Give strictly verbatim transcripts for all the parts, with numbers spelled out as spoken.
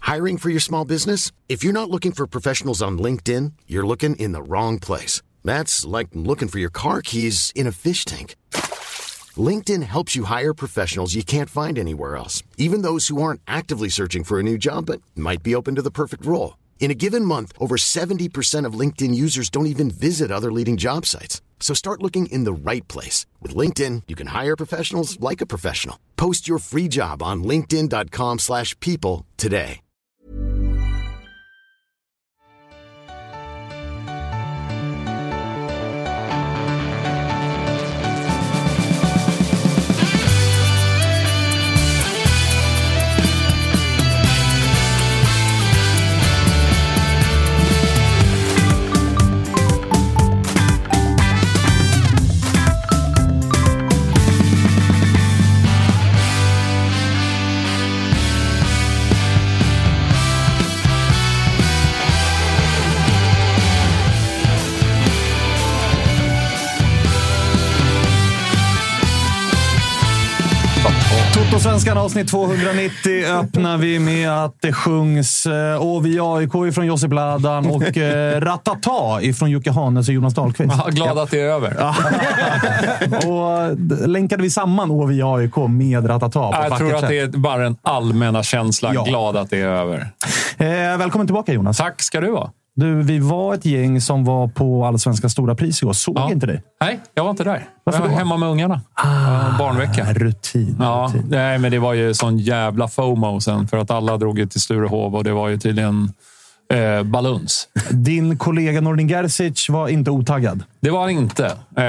Hiring for your small business? If you're not looking for professionals on LinkedIn, you're looking in the wrong place. That's like looking for your car keys in a fish tank. LinkedIn helps you hire professionals you can't find anywhere else, even those who aren't actively searching for a new job but might be open to the perfect role. In a given month, over seventy percent of LinkedIn users don't even visit other leading job sites. So start looking in the right place. With LinkedIn, you can hire professionals like a professional. Post your free job on linkedin dot com slash people today. Svenskan avsnitt tvåhundranittio öppnar vi med att det sjungs eh, O V A I K ifrån Josip Ladan och eh, Ratata ifrån Jocke Hanes och Jonas Dahlqvist. Ja, glad ja. att det är över. Ja. Och d- länkade vi samman O V A I K med Ratata på Jag tror att sätt. det är bara en allmänna känsla. Ja. Glad att det är över. Eh, välkommen tillbaka, Jonas. Tack ska du vara. Du, vi var ett gäng som var på Allsvenska stora pris igår. Såg ja. inte dig? Nej, jag var inte där. Varför jag var då? hemma med ungarna. Ah, barnvecka. Rutin. Ja, rutin. Nej, men det var ju sån jävla FOMO sen. För att alla drog ju till Sturehov och det var ju tydligen eh, baluns. Din kollega Nordin Gerzic var inte otaggad? Det var han inte. Eh,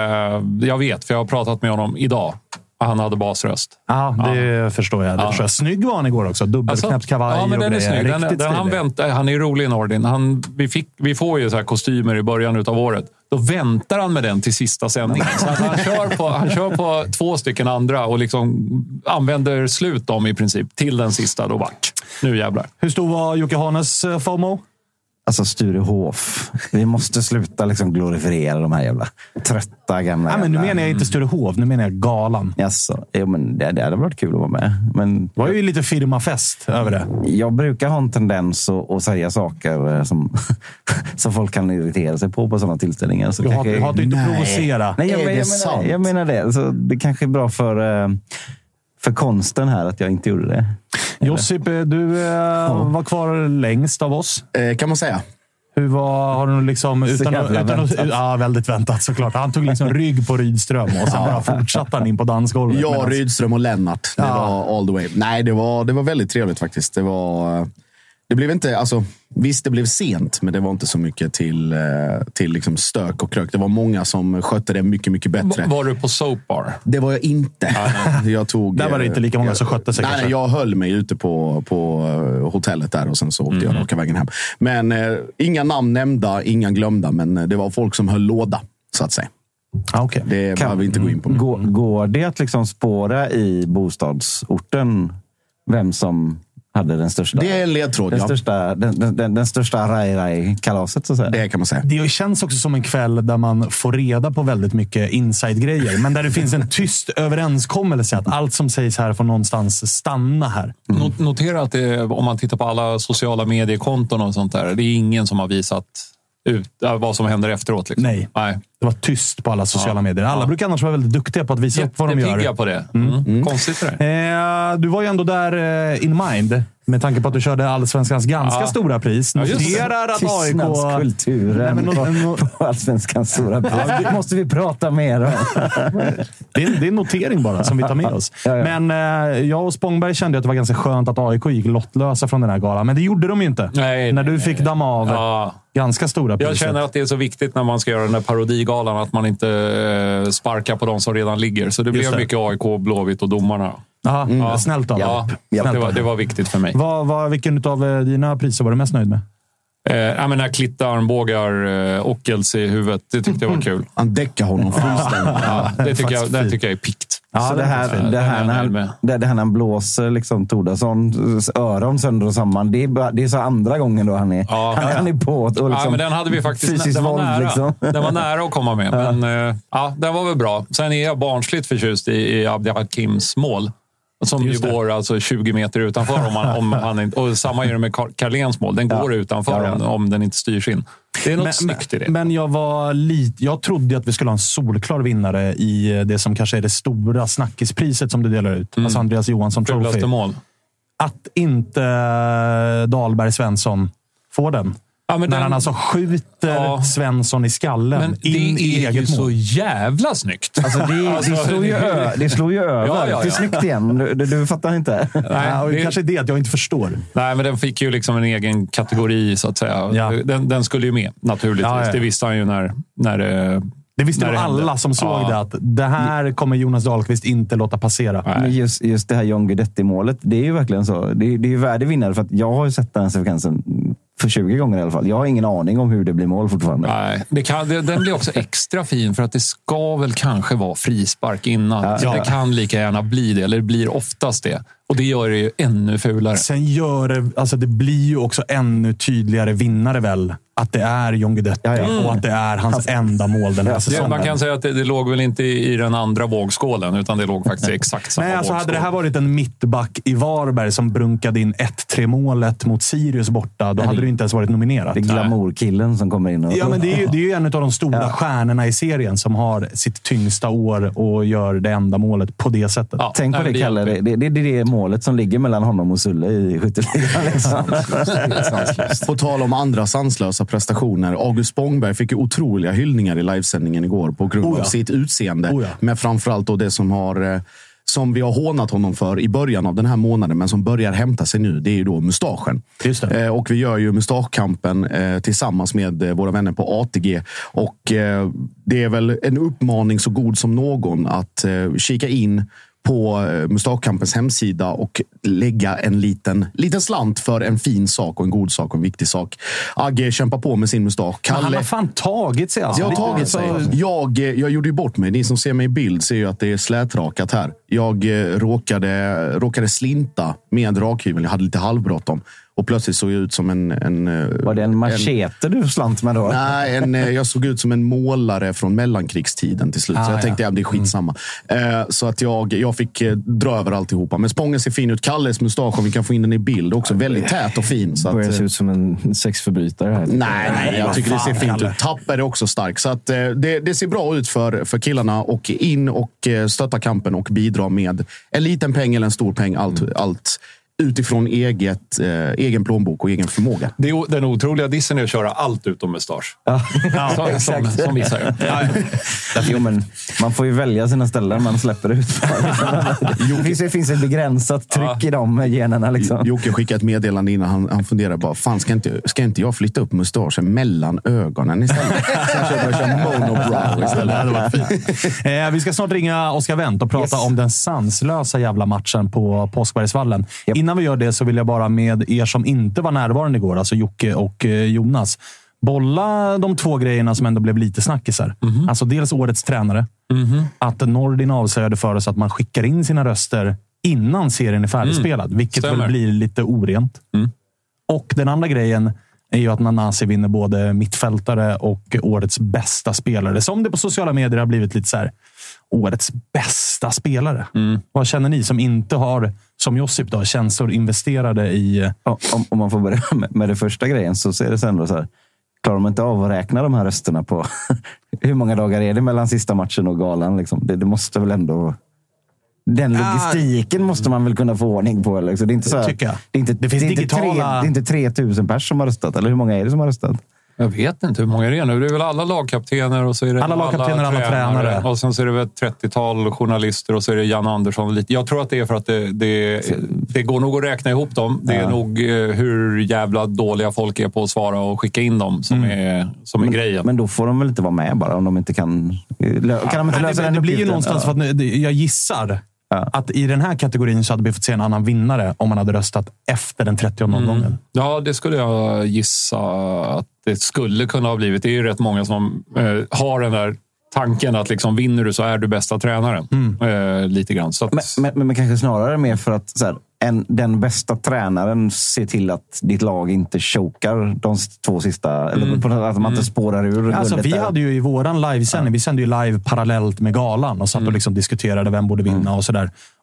jag vet, för jag har pratat med honom idag. Han hade basröst. Ah, det ja, förstår jag. Det ja. förstår jag. Snygg var han igår också. Dubbelknäppt alltså, kavaj. Ja, men den är snygg. Den, den, den, han, väntar, han är rolig, Nordin. Han, vi, fick, vi får ju så här kostymer i början av året. Då väntar han med den till sista sändningen. Så att han, kör på, han kör på två stycken andra och liksom använder slut dem i princip till den sista. Då vart. Nu jävlar. Hur stor var Jocke Hanes FOMO? Alltså Sturehof. Vi måste sluta liksom glorifiera de här jävla trötta gamla... Nej, men nu menar jag inte Sturehof. Nu menar jag galan. Jaså, ja, men det, det hade varit kul att vara med. Men det var ju lite firmafest över det. Jag brukar ha en tendens att, att säga saker som, som folk kan irritera sig på på sådana tillställningar. Så du har, kanske, har du inte nej. provocera? Nej, jag, är men, det jag, sant? menar, jag menar det. Så det kanske är bra för, för konsten här att jag inte gjorde det. Josip, du ja. var kvar längst av oss. Eh, kan man säga. Hur var, har du liksom... Utan, utan att, ja, väldigt väntat såklart. Han tog liksom rygg på Rydström och sen ja. bara fortsatte han in på dansgolvet. Ja, medans... Rydström och Lennart. Det ja. var all the way. Nej, det var, det var väldigt trevligt faktiskt. Det var... Det blev inte... Alltså, visst, det blev sent, men det var inte så mycket till, till liksom stök och krök. Det var många som skötte det mycket, mycket bättre. Var du på Soap Bar? Det var jag inte. Jag tog, där var det inte lika många jag, som skötte sig. Nej, kanske. jag höll mig ute på, på hotellet där och sen så åkte mm. jag raka vägen hem. Men eh, inga namn nämnda, inga glömda, men det var folk som höll låda, så att säga. Ah, okay. Det behöver vi inte gå in på. Går, går det att liksom spåra i bostadsorten vem som hade den största... Det är en ledtråd, den ja. Största, den, den, den största raj-raj-kalaset, så att säga. Det kan man säga. Det känns också som en kväll där man får reda på väldigt mycket inside-grejer. Men där det finns en tyst överenskommelse att allt som sägs här får någonstans stanna här. Mm. Notera att det, om man tittar på alla sociala mediekonton och sånt där, det är ingen som har visat ut vad som händer efteråt. Liksom. Nej. Nej, det var tyst på alla sociala ja. medier. Alla ja. brukar annars vara väldigt duktiga på att visa upp vad de gör. Jättepigga på det. Mm. Mm. Konstigt det där. Eh, du var ju ändå där eh, in mind. Med tanke på att du körde Allsvenskans ganska ja. stora pris. Noterar att A I K... Tystnadskulturen på, på Allsvenskans stora pris. Ja, det måste vi prata mer om. det, är, det är en notering bara som vi tar med oss. Ja, ja. Men eh, jag och Spångberg kände att det var ganska skönt att A I K gick lottlösa från den här galan. Men det gjorde de ju inte. Nej, när du nej, fick damma av ja. ganska stora priser. Jag känner att det är så viktigt när man ska göra den här parodigalan att man inte eh, sparkar på de som redan ligger. Så det blev det. mycket A I K, Blåvitt och domarna. Aha, mm. ja. Snällt av ja, ja, det, var, det var viktigt för mig. Vad, vad, vilken av dina priser var du mest nöjd med? Eh, jag menar, klitta armbågar eh, och Elsie i huvudet. Det tyckte jag var kul. Han däckar honom fullständigt. Ja, det, tycker jag, det tycker jag är pikt. Ja, så det, här, det, det, här när han, det, det här när han blåser liksom Tordasons öron sönder och samman. Det är, bara, det är så andra gången då han är, ja, han, ja. han är på. Och liksom, ja, men den hade vi faktiskt. Den var, nära, liksom. den var nära att komma med. Men ja. Eh, ja, den var väl bra. Sen är jag barnsligt förtjust i, i Abdi Hakims mål. Som ju går alltså tjugo meter utanför. Om man, om man inte, och samma gör det med Carléns mål. Den går ja. utanför ja, ja. Om, om den inte styrs in. Det är något men, snyggt i det. Men jag var lite... Jag trodde att vi skulle ha en solklar vinnare i det som kanske är det stora snackispriset som du delar ut. Mm. Alltså Andreas Johansson Trophy. Mål. Att inte Dahlberg Svensson får den. Ja, men när den, han alltså skjuter ja. Svensson i skallen. Men det in i är ju mål. Så jävla snyggt. Alltså det, alltså, det, slår, ju ö, det slår ju över. Ja, ja, ja. Det är snyggt igen. Du, du, du fattar inte. Nej, ja, och det kanske är det att jag inte förstår. Nej, men den fick ju liksom en egen kategori så att säga. Ja. Den, den skulle ju med, naturligtvis. Ja, ja. Det visste han ju när... när det visste nog alla som såg ja. det, att det här kommer Jonas Dahlqvist inte låta passera. Men just, just det här John Guidetti-målet, det är ju verkligen så. Det, det är ju värdevinnare, för att jag har ju sett den sekvensen för tjugo gånger i alla fall. Jag har ingen aning om hur det blir mål fortfarande. Nej, det kan, det, den blir också extra fin för att det ska väl kanske vara frispark innan. Ja. Så det kan lika gärna bli det, eller det blir oftast det. Och det gör det ju ännu fulare. Sen gör det, alltså det blir ju också ännu tydligare vinnare väl. Att det är John Guidetti ja, ja. och att det är hans alltså, enda mål den här ja, säsongen. Man kan säga att det, det låg väl inte i, i den andra vågskålen, utan det låg faktiskt i exakt samma Nej, alltså vågskål. Hade det här varit en mittback i Varberg som brunkade in ett tre målet mot Sirius borta, då Nej, hade det inte ens varit nominerat. Det är glamourkillen som kommer in. Och... Ja, men det är ju, det är ju en av de stora ja. stjärnorna i serien som har sitt tyngsta år och gör det enda målet på det sättet. Ja, Tänk på det, Kalle. Det, det, det, det är det målet som ligger mellan honom och Sulle i skytteligan. Liksom. På tal om andra sanslösa prestationer. August Spångberg fick ju otroliga hyllningar i livesändningen igår på grund av oh ja. sitt utseende. Oh ja. Men framförallt då det som har som vi har hånat honom för i början av den här månaden, men som börjar hämta sig nu, det är ju då mustaschen. Just det. Eh, och vi gör ju mustaschkampen eh, tillsammans med eh, våra vänner på A T G. Och eh, det är väl en uppmaning så god som någon att eh, kika in på Mustaschkampens hemsida och lägga en liten, liten slant för en fin sak och en god sak och en viktig sak. Agge kämpar på med sin mustasch. Kalle... Han har fan tagit sig. Alltså. Jag har tagit sig. Jag, jag gjorde ju bort mig. Ni som ser mig i bild ser ju att det är slätrakat här. Jag råkade, råkade slinta med rakhyveln. Jag hade lite halvbråttom. Och plötsligt såg jag ut som en... en Var det en machete en, du slant med då? Nej, en, jag såg ut som en målare från mellankrigstiden till slut. Ah, så jag ja. tänkte, ja, det är skitsamma. Mm. Eh, så att jag, jag fick eh, dra över alltihopa. Men Spången ser fin ut. Kalles mustasch, vi kan få in den i bild. Också väldigt tät och fin. Så att, börjar se eh, ut som en sexförbrytare här. Nej, nej, jag tycker det ser fint ut. Tapp är det också stark. Så att, eh, det, det ser bra ut för, för killarna. Och in och eh, stötta kampen och bidra med en liten peng eller en stor peng. Allt, mm. allt utifrån eget, eh, egen plånbok och egen förmåga. Det är, den otroliga dissen är att köra allt utom mustasch. Ja, ja som, exakt. Som, som vissa gör. Ja. Jo, men man får ju välja sina ställen man släpper ut. det, finns, det finns ett begränsat tryck ja. i de generna. Liksom. Jocke skickade ett meddelande innan han, han funderar bara, fan ska inte, ska inte jag flytta upp mustaschen mellan ögonen istället? Sen kör jag köra monobrow istället. Det hade varit fint. eh, vi ska snart ringa Oskar Wendt och prata yes. om den sanslösa jävla matchen på Påskbergsvallen. Yep. Innan vi gör det så vill jag bara med er som inte var närvarande igår, alltså Jocke och Jonas, bolla de två grejerna som ändå blev lite snackisar. Mm-hmm. Alltså dels årets tränare. Mm-hmm. Att Nordin avslöjade för oss att man skickar in sina röster innan serien är färdigspelad. Mm. Vilket Stämmer. väl blir lite orent. Mm. Och den andra grejen är ju att Nanasi vinner både mittfältare och årets bästa spelare. Som det på sociala medier har blivit lite så här, årets bästa spelare. Mm. Vad känner ni som inte har, som Josip då, känslor investerade i... Ja, om, om man får börja med, med det första grejen så ser det sen då så här, klarar man inte av att räkna de här rösterna på hur många dagar är det mellan sista matchen och galan liksom. det, det måste väl ändå... Den logistiken ah, måste man väl kunna få ordning på. Liksom. Det är inte så här, tycker jag. Det är inte, det finns det är digitala... inte, tre, det är inte tre tusen pers som har röstat. Eller hur många är det som har röstat? Jag vet inte hur många det är nu. Det är väl alla lagkaptener och så är det alla, lagkaptener, alla, alla tränare. tränare. Och sen så är det väl ett trettiotal journalister och så är det Jan Andersson. Jag tror att det är för att det, det, det går nog att räkna ihop dem. Det är ja. nog hur jävla dåliga folk är på att svara och skicka in dem som mm. är, som men, är grejen. Men då får de väl inte vara med bara om de inte kan... Kan de inte ja, lösa det, den det blir ju någonstans ja. för att jag gissar... Ja. Att i den här kategorin så hade vi fått se en annan vinnare om man hade röstat efter den trettionde omgången. Mm. Ja, det skulle jag gissa att det skulle kunna ha blivit. Det är ju rätt många som eh, har den där tanken att liksom, vinner du så är du bästa tränaren. Mm. Eh, lite grann. Så att... men, men, men kanske snarare mer för att så här, en, den bästa tränaren ser till att ditt lag inte chokar de två sista, mm. eller på, att man inte spårar ur. Alltså, vi där. hade ju i våran livesändning, ja. vi sände ju live parallellt med galan och satt mm. och liksom diskuterade vem borde vinna mm. och sådär.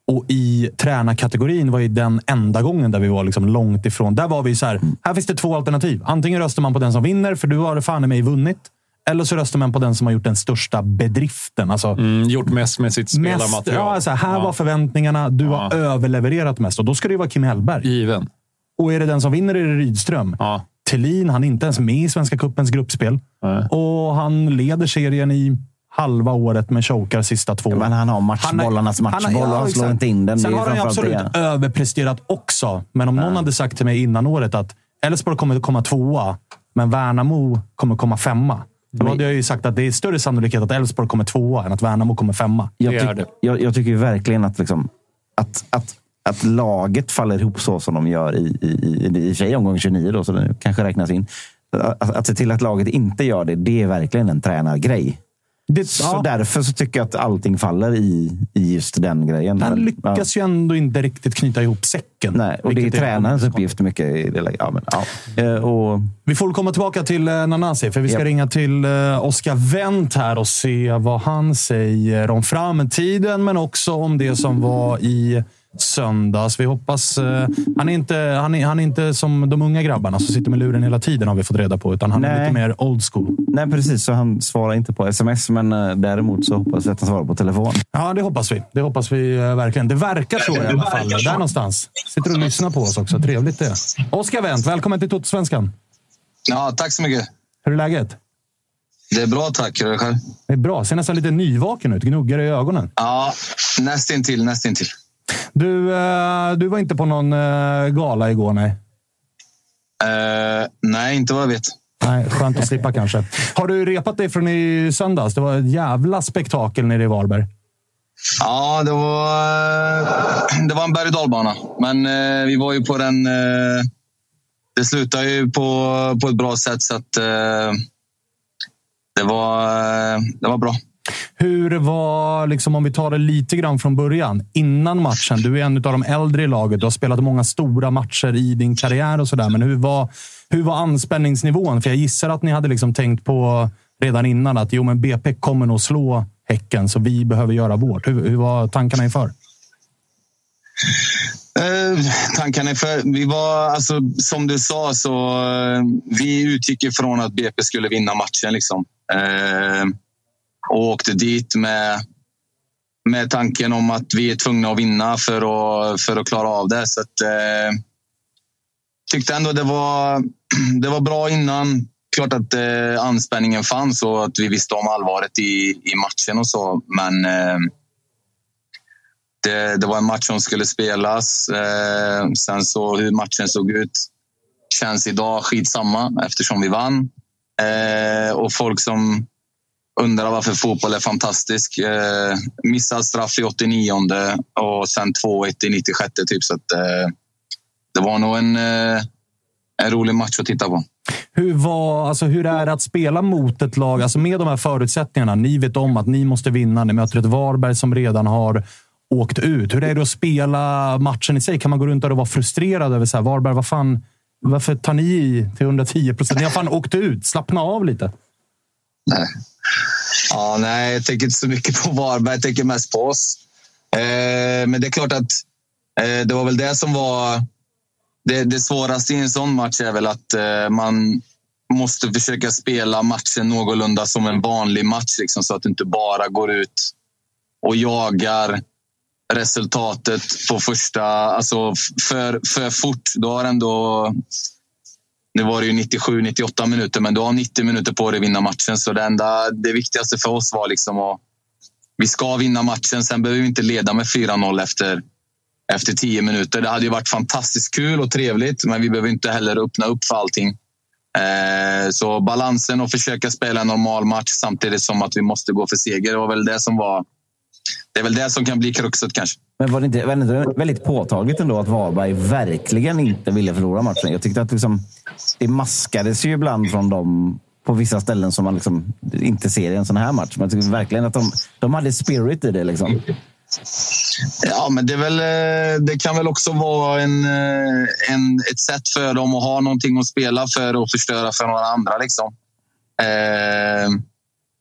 Och i tränarkategorin var ju den enda gången där vi var liksom långt ifrån. Där var vi så här, här finns det två alternativ. Antingen röstar man på den som vinner, för du har fan i mig vunnit. Eller så röstar man på den som har gjort den största bedriften. Alltså, mm, gjort mest med sitt spelarmaterial. Ja, alltså, här ja. var förväntningarna. Du ja. har överlevererat mest. Och då ska det ju vara Kim Hellberg. Given. Och är det den som vinner är det Rydström. Ja. Thelin, han är inte ens med i Svenska Cupens gruppspel. Nej. Och han leder serien i halva året med chokar sista två. Ja, men han har matchbollarnas han, matchboll han, och han slår inte in den. Sen har han absolut det. överpresterat också. Men om ja. någon hade sagt till mig innan året att Elfsborg kommer att komma tvåa, men Värnamo kommer komma femma. Då hade jag ju sagt att det är större sannolikhet att Elfsborg kommer tvåa än att Värnamo kommer femma. Jag, ty- jag, jag tycker verkligen att, liksom, att, att, att laget faller ihop så som de gör i, i, i, i sig omgång tjugonio då, så det kanske räknas in. Att, att se till att laget inte gör det, det är verkligen en tränargrej. Det, så ja. därför så tycker jag att allting faller i, i just den grejen. Han lyckas ja. ju ändå inte riktigt knyta ihop säcken. Nej, och det är tränarens uppgift mycket. I det, ja, men, ja. Och... Vi får komma tillbaka till eh, Nanasi, för vi ska yep. ringa till eh, Oskar Wendt här och se vad han säger om framtiden, men också om det som var i söndags. Vi hoppas... Eh, han, är inte, han, är, han är inte som de unga grabbarna som sitter med luren hela tiden, har vi fått reda på, utan han Nej. är lite mer old school. Nej, precis. Så han svarar inte på sms, men eh, däremot så hoppas vi att han svarar på telefon. Ja, det hoppas vi. Det hoppas vi eh, verkligen. Det verkar så i alla fall. Där någonstans. Sitter och lyssnar på oss också. Trevligt det. Oskar Wendt, välkommen till Toto-svenskan. Ja, tack så mycket. Hur är läget? Det är bra, tack. Är det själv? Det är bra. Ser nästan lite nyvaken ut. Gnuggar i ögonen. Ja, nästintill, nästintill. Du, du var inte på någon gala igår, nej? Uh, nej, inte vad jag vet. Nej, skönt att slippa kanske. Har du repat dig från i söndags? Det var ett jävla spektakel nere i Varberg. Ja, det var, det var en berg- och dalbana. Men uh, vi var ju på den... Uh, det slutade ju på, på ett bra sätt, så att uh, det, var, uh, det var bra. Hur var, liksom, om vi tar det lite grann från början, innan matchen, du är en av de äldre i laget, du har spelat många stora matcher i din karriär och sådär, men hur var, hur var anspänningsnivån? För jag gissar att ni hade liksom tänkt på redan innan att jo, men B P kommer nog slå Häcken, så vi behöver göra vårt. Hur, hur var tankarna inför? Eh, tankarna inför, vi var, alltså, som du sa, så eh, vi utgick ifrån att B P skulle vinna matchen liksom. Eh, Och åkte dit med, med tanken om att vi är tvungna att vinna för att, för att klara av det. Så att, eh, tyckte ändå det var, det var bra innan. Klart att eh, anspänningen fanns och att vi visste om allvaret i, i matchen och så. Men eh, det, det var en match som skulle spelas. Eh, sen så hur matchen såg ut känns idag skitsamma eftersom vi vann. Eh, och folk som undrar varför fotboll är fantastisk. Eh, missad straff i åttionionde och sen två ett i nittiosjätte typ. Så att, eh, det var nog en, eh, en rolig match att titta på. Hur, var, alltså, hur är det att spela mot ett lag, alltså med de här förutsättningarna? Ni vet om att ni måste vinna. Ni möter ett Varberg som redan har åkt ut. Hur är det att spela matchen i sig? Kan man gå runt där och vara frustrerad över så här, Varberg, vad fan, varför tar ni i till hundratio procent? Ni har fan åkt ut. Slappna av lite. Nej. Ja, nej, jag tänker inte så mycket på Varberg. Jag tänker mest på oss. Eh, men det är klart att eh, det var väl det som var det, det svåraste i en sån match är väl att eh, man måste försöka spela matchen någorlunda som en vanlig match liksom, så att du inte bara går ut och jagar resultatet på första, alltså för, för fort. Då har ändå, nu var det ju nittiosju nittioåtta minuter, men du har nittio minuter på dig att vinna matchen. Så det enda, det viktigaste för oss var liksom att vi ska vinna matchen. Sen behöver vi inte leda med fyra noll efter, efter tio minuter. Det hade ju varit fantastiskt kul och trevligt, men vi behöver inte heller öppna upp för allting. Eh, så balansen och försöka spela en normal match samtidigt som att vi måste gå för seger, det var väl det som var, det är väl det som kan bli kruxet kanske. Men var det inte väldigt, väldigt påtagligt ändå att Varberg verkligen inte ville förlora matchen? Jag tyckte att liksom, det maskades ju ibland från dem på vissa ställen som man liksom inte ser i en sån här match. Men jag tycker verkligen att de, de hade spirit i det liksom. Ja, men det, är väl, det kan väl också vara en, en, ett sätt för dem att ha någonting att spela för och förstöra för några andra liksom. Eh,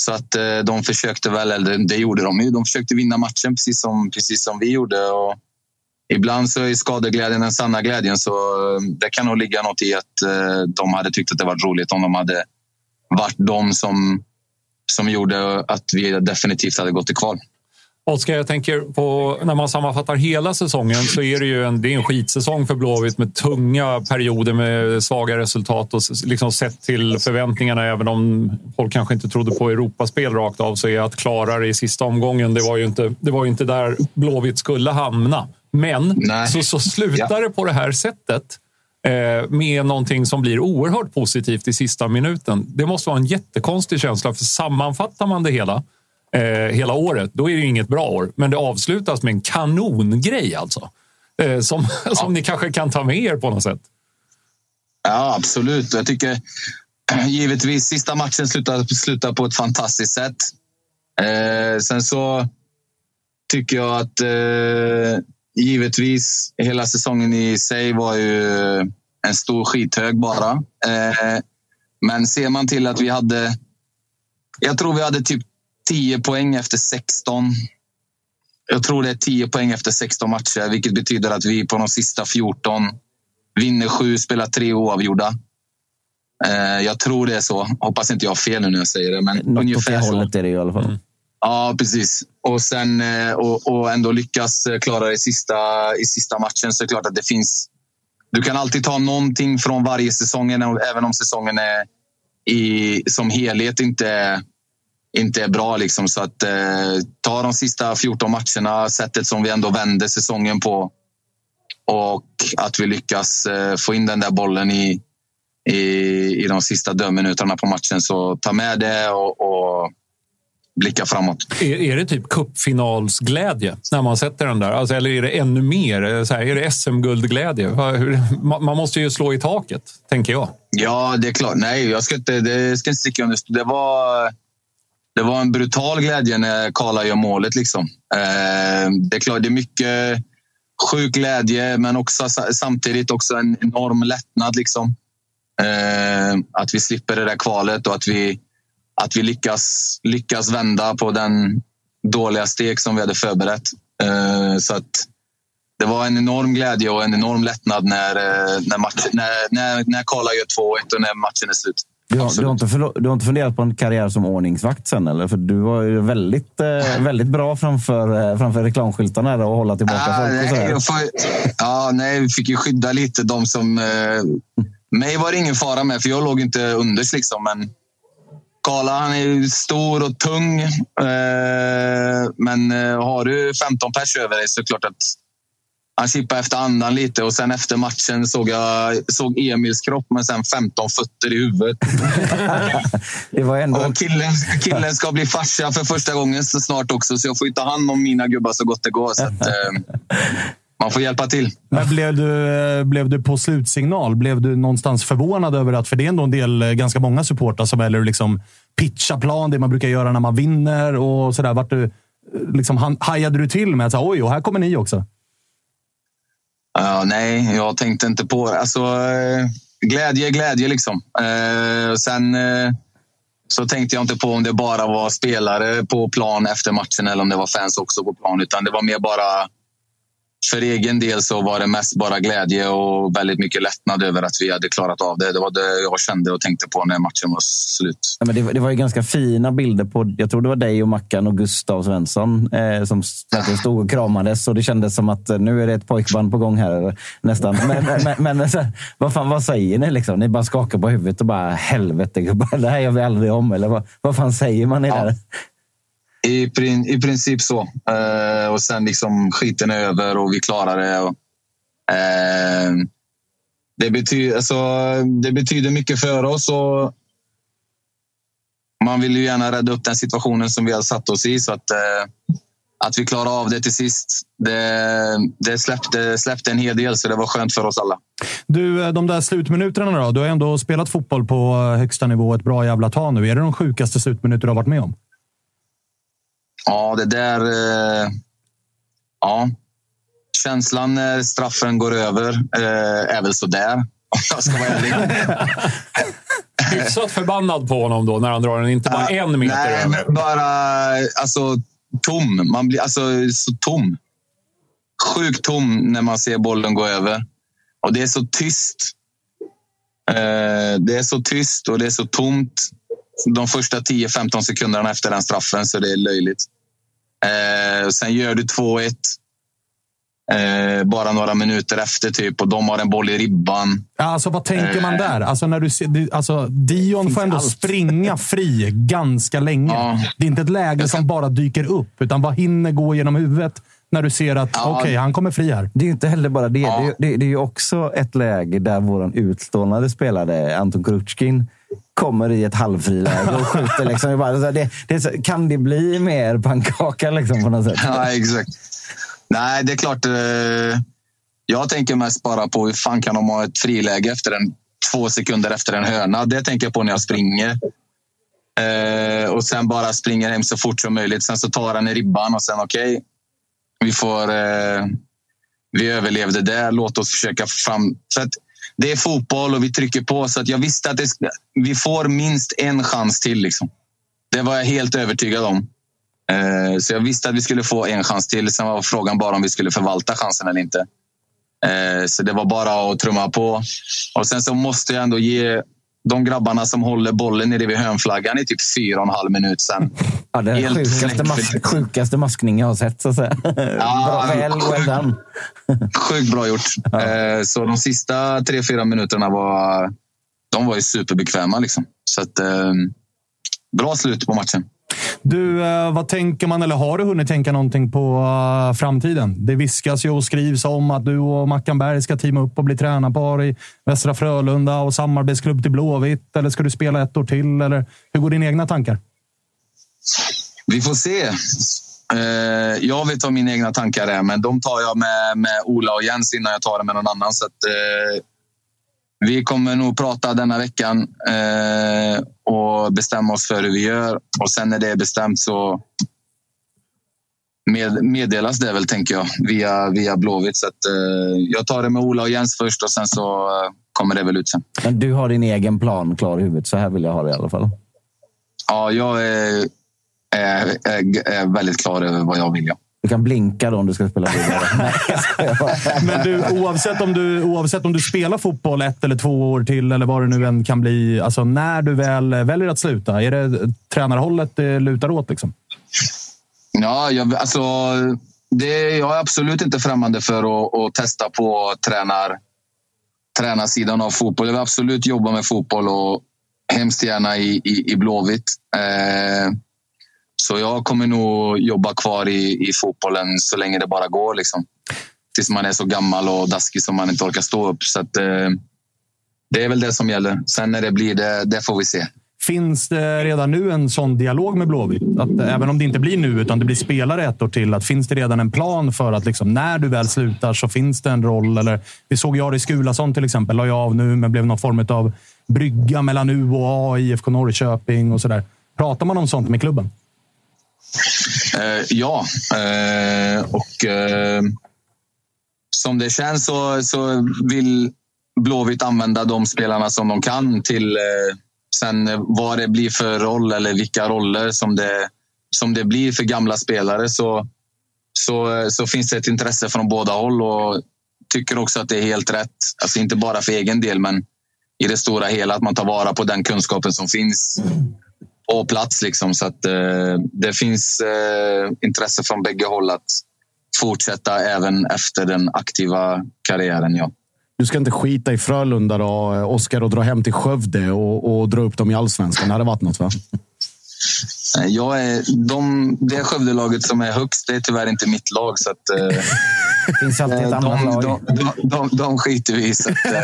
Så att eh, de försökte väl, eller det gjorde de ju. De försökte vinna matchen precis som, precis som vi gjorde. Och ibland så är skadeglädjen den sanna glädjen. Så det kan nog ligga något i att eh, de hade tyckt att det var roligt om de hade varit de som, som gjorde att vi definitivt hade gått i kval. Oskar, jag tänker på när man sammanfattar hela säsongen så är det ju en, det är en skitsäsong för Blåvitt med tunga perioder med svaga resultat och liksom sett till förväntningarna, även om folk kanske inte trodde på Europaspel rakt av, så är att klara det i sista omgången, det var ju inte, det var ju inte där Blåvitt skulle hamna. Men så, så slutar det på det här sättet eh, med någonting som blir oerhört positivt i sista minuten. Det måste vara en jättekonstig känsla, för sammanfattar man det hela Eh, hela året, då är det ju inget bra år. Men det avslutas med en kanongrej alltså. Eh, som, ja. som ni kanske kan ta med er på något sätt. Ja, absolut. Jag tycker givetvis sista matchen slutar, slutar på ett fantastiskt sätt. Eh, sen så tycker jag att eh, givetvis hela säsongen i sig var ju en stor skithög bara. Eh, men ser man till att vi hade, jag tror vi hade typ tio poäng efter sexton. Jag tror det är tio poäng efter sexton matcher, vilket betyder att vi på de sista fjorton vinner sju, spelar tre oavgjorda. Eh, jag tror det är så. Hoppas inte jag har fel nu när jag säger det, men något ungefär åt det så. hållet är det i alla fall. Mm. Ja, precis. Och sen eh, och, och ändå lyckas klara det i sista, i sista matchen, så är det klart att det finns. Du kan alltid ta någonting från varje säsong, även om säsongen är i, som helhet inte är inte är bra liksom. Så att eh, ta de sista fjorton matcherna, sättet som vi ändå vände säsongen på, och att vi lyckas eh, få in den där bollen i, i, i de sista dödminuterna på matchen, så ta med det och, och blicka framåt. Är, är det typ cupfinalsglädje när man sätter den där? Alltså, eller är det ännu mer? Så här, är det S M-guldglädje? Man måste ju slå i taket, tänker jag. Ja, det är klart. Nej, jag ska inte, det ska inte sticka under. Det var... Det var en brutal glädje när Karla gör målet. Liksom. Eh, det är klart, det är mycket sjuk glädje, men också samtidigt också en enorm lättnad. Liksom. Eh, att vi slipper det där kvalet och att vi, att vi lyckas, lyckas vända på den dåliga steg som vi hade förberett. Eh, så att det var en enorm glädje och en enorm lättnad när, när, match, när, när, när Karla gör två ett och när matchen är slut. Du har, du, har inte för, du har inte funderat på en karriär som ordningsvakt sen, eller? För du var ju väldigt, eh, väldigt bra framför, framför reklamskyltarna där och hålla tillbaka ah, folk. Och så nej, jag får, ja, nej, vi fick ju skydda lite de som... Eh, mig var det ingen fara med, för jag låg inte unders liksom. Men Karla, han är stor och tung. Eh, men eh, har du femton pers över dig så är det klart att han chippade efter andan lite, och sen efter matchen såg jag såg Emils kropp med sen femton fötter i huvudet. Det var ändå... Och killen, killen ska bli farsa för första gången så snart också, så jag får ju ta hand om mina gubbar så gott det går. Så att, eh, man får hjälpa till. Men blev du, blev du på slutsignal? Blev du någonstans förvånad över att, för det är ändå en del, ganska många supportrar som väljer liksom pitcha plan, det man brukar göra när man vinner och sådär. Vart du, liksom, hajade du till med att säga, oj, och här kommer ni också? Uh, nej, jag tänkte inte på det. Alltså, uh, glädje, glädje liksom. Uh, sen uh, så tänkte jag inte på om det bara var spelare på plan efter matchen eller om det var fans också på plan, utan det var mer bara, för egen del så var det mest bara glädje och väldigt mycket lättnad över att vi hade klarat av det. Det var det jag kände och tänkte på när matchen var slut. Ja, men det, det var ju ganska fina bilder på, jag tror det var dig och Mackan och Gustav Svensson eh, som stod och kramades, och det kändes som att nu är det ett pojkband på gång här nästan. Men, men, men så, vad fan, vad säger ni liksom? Ni bara skakar på huvudet och bara, helvete, det här gör vi aldrig om, eller vad, vad fan säger man i ja. där? I, I princip så. Uh, och sen liksom skiten är över och vi klarar det. Och, uh, det, betyder, alltså, det betyder mycket för oss. Och man vill ju gärna rädda upp den situationen som vi har satt oss i. Så att, uh, att vi klarar av det till sist, det, det släppte, släppte en hel del. Så det var skönt för oss alla. Du, de där slutminuterna då? Du har ändå spelat fotboll på högsta nivå ett bra jävla tag nu. Är det de sjukaste slutminuter du har varit med om? Ja, det där... Eh, ja. Känslan när straffen går över eh, är väl så där. Om jag ska vara ärlig. hyfsat förbannad på honom då när han drar den inte bara uh, en meter nej, över. Men bara alltså, tom. Man blir alltså så tom. Sjukt tom när man ser bollen gå över. Och det är så tyst. Uh, det är så tyst och det är så tomt de första tio femton sekunderna efter den straffen, så det är löjligt. Uh, sen gör du två ett. Eh, bara några minuter efter typ, och de har en boll i ribban. Alltså vad tänker man där? Alltså när du ser, alltså Dion får ändå allt. springa fri ganska länge. Ja. Det är inte ett läge som bara dyker upp, utan vad hinner gå genom huvudet när du ser att ja. okej, okay, han kommer fri här. Det är ju inte heller bara det. Ja. Det, är, det, det är ju också ett läge där våran utlånade spelare Anton Kruchkin kommer i ett halvfriläge och skjuter liksom. det, det, kan det bli mer pannkaka liksom på något sätt? Ja, exakt. Nej, det är klart. Eh, jag tänker mest bara på hur fan kan de ha ett friläge efter en, två sekunder efter en hörna. Det tänker jag på när jag springer. Eh, och sen bara springer hem så fort som möjligt. Sen så tar han i ribban och sen okej. Okay, vi får... Eh, vi överlevde det. Låt oss försöka få fram... För att det är fotboll och vi trycker på. Så att jag visste att det, vi får minst en chans till. Liksom. Det var jag helt övertygad om. Så jag visste att vi skulle få en chans till. Sen var frågan bara om vi skulle förvalta chansen eller inte. Så det var bara att trumma på. Och sen så måste jag ändå ge de grabbarna som håller bollen nere vid hörnflaggan i typ fyra och en halv minut sen. Ja, det är den sjukaste, mas- sjukaste maskning jag har sett, så att säga. Ja, bra, well, well done. Sjukt bra gjort. Ja. Så de sista tre, fyra minuterna var de var ju superbekväma liksom. Så att bra slut på matchen. Du, vad tänker man, eller har du hunnit tänka någonting på uh, framtiden? Det viskas ju och skrivs om att du och Mackan Berg ska teama upp och bli tränarpar i Västra Frölunda och samarbetsklubb till Blåvitt. Eller ska du spela ett år till? Eller hur går dina egna tankar? Vi får se. Uh, jag vet vad mina egna tankar är, men de tar jag med, med Ola och Jens innan jag tar det med någon annan. Så att, uh, vi kommer nog prata denna veckan uh, och bestämma oss för hur vi gör. Och sen när det är bestämt så med, meddelas det väl, tänker jag, via, via Blåvitt. Så att, uh, jag tar det med Ola och Jens först och sen så uh, kommer det väl ut sen. Men du har din egen plan klar i huvudet, så här vill jag ha det i alla fall. Ja, jag är, är, är, är väldigt klar över vad jag vill. Ja. Du kan blinka då om du ska spela vidare. Men du, oavsett om du, oavsett om du spelar fotboll ett eller två år till eller vad det nu än kan bli, alltså när du väl väljer att sluta, är det tränarhållet det lutar åt liksom? Ja, jag, alltså det, jag är absolut inte främmande för att, att testa på tränar, tränarsidan av fotboll. Jag vill absolut jobba med fotboll och hemskt gärna i, i, i Blåvitt. Eh, Så jag kommer nog jobba kvar i, i fotbollen så länge det bara går. Liksom. Tills man är så gammal och daskig som man inte orkar stå upp. Så att, eh, det är väl det som gäller. Sen när det blir det, det får vi se. Finns det redan nu en sån dialog med Blåvitt? Att även om det inte blir nu utan det blir spelare ett år till. Att finns det redan en plan för att liksom, när du väl slutar så finns det en roll? Eller, vi såg Jari Skulason till exempel. La jag av nu men blev någon form av brygga mellan U och A, I F K Norrköping och sådär. Pratar man om sånt med klubben? Uh, ja, uh, och uh, som det känns så, så vill Blåvitt använda de spelarna som de kan till uh, sen vad det blir för roll eller vilka roller som det, som det blir för gamla spelare, så, så, så finns det ett intresse från båda håll, och tycker också att det är helt rätt, alltså inte bara för egen del men i det stora hela, att man tar vara på den kunskapen som finns på plats liksom. Så att eh, det finns eh, intresse från bägge håll att fortsätta även efter den aktiva karriären. Ja. Du ska inte skita i Frölunda då, Oskar, och dra hem till Skövde och, och dra upp dem i Allsvenskan. Det hade varit något, va? Jag är, de, det Skövdelaget som är högst, det är tyvärr inte mitt lag. Så att, eh, det finns alltid ett annat de, lag. De, de, de, de skiter vi i. Så att,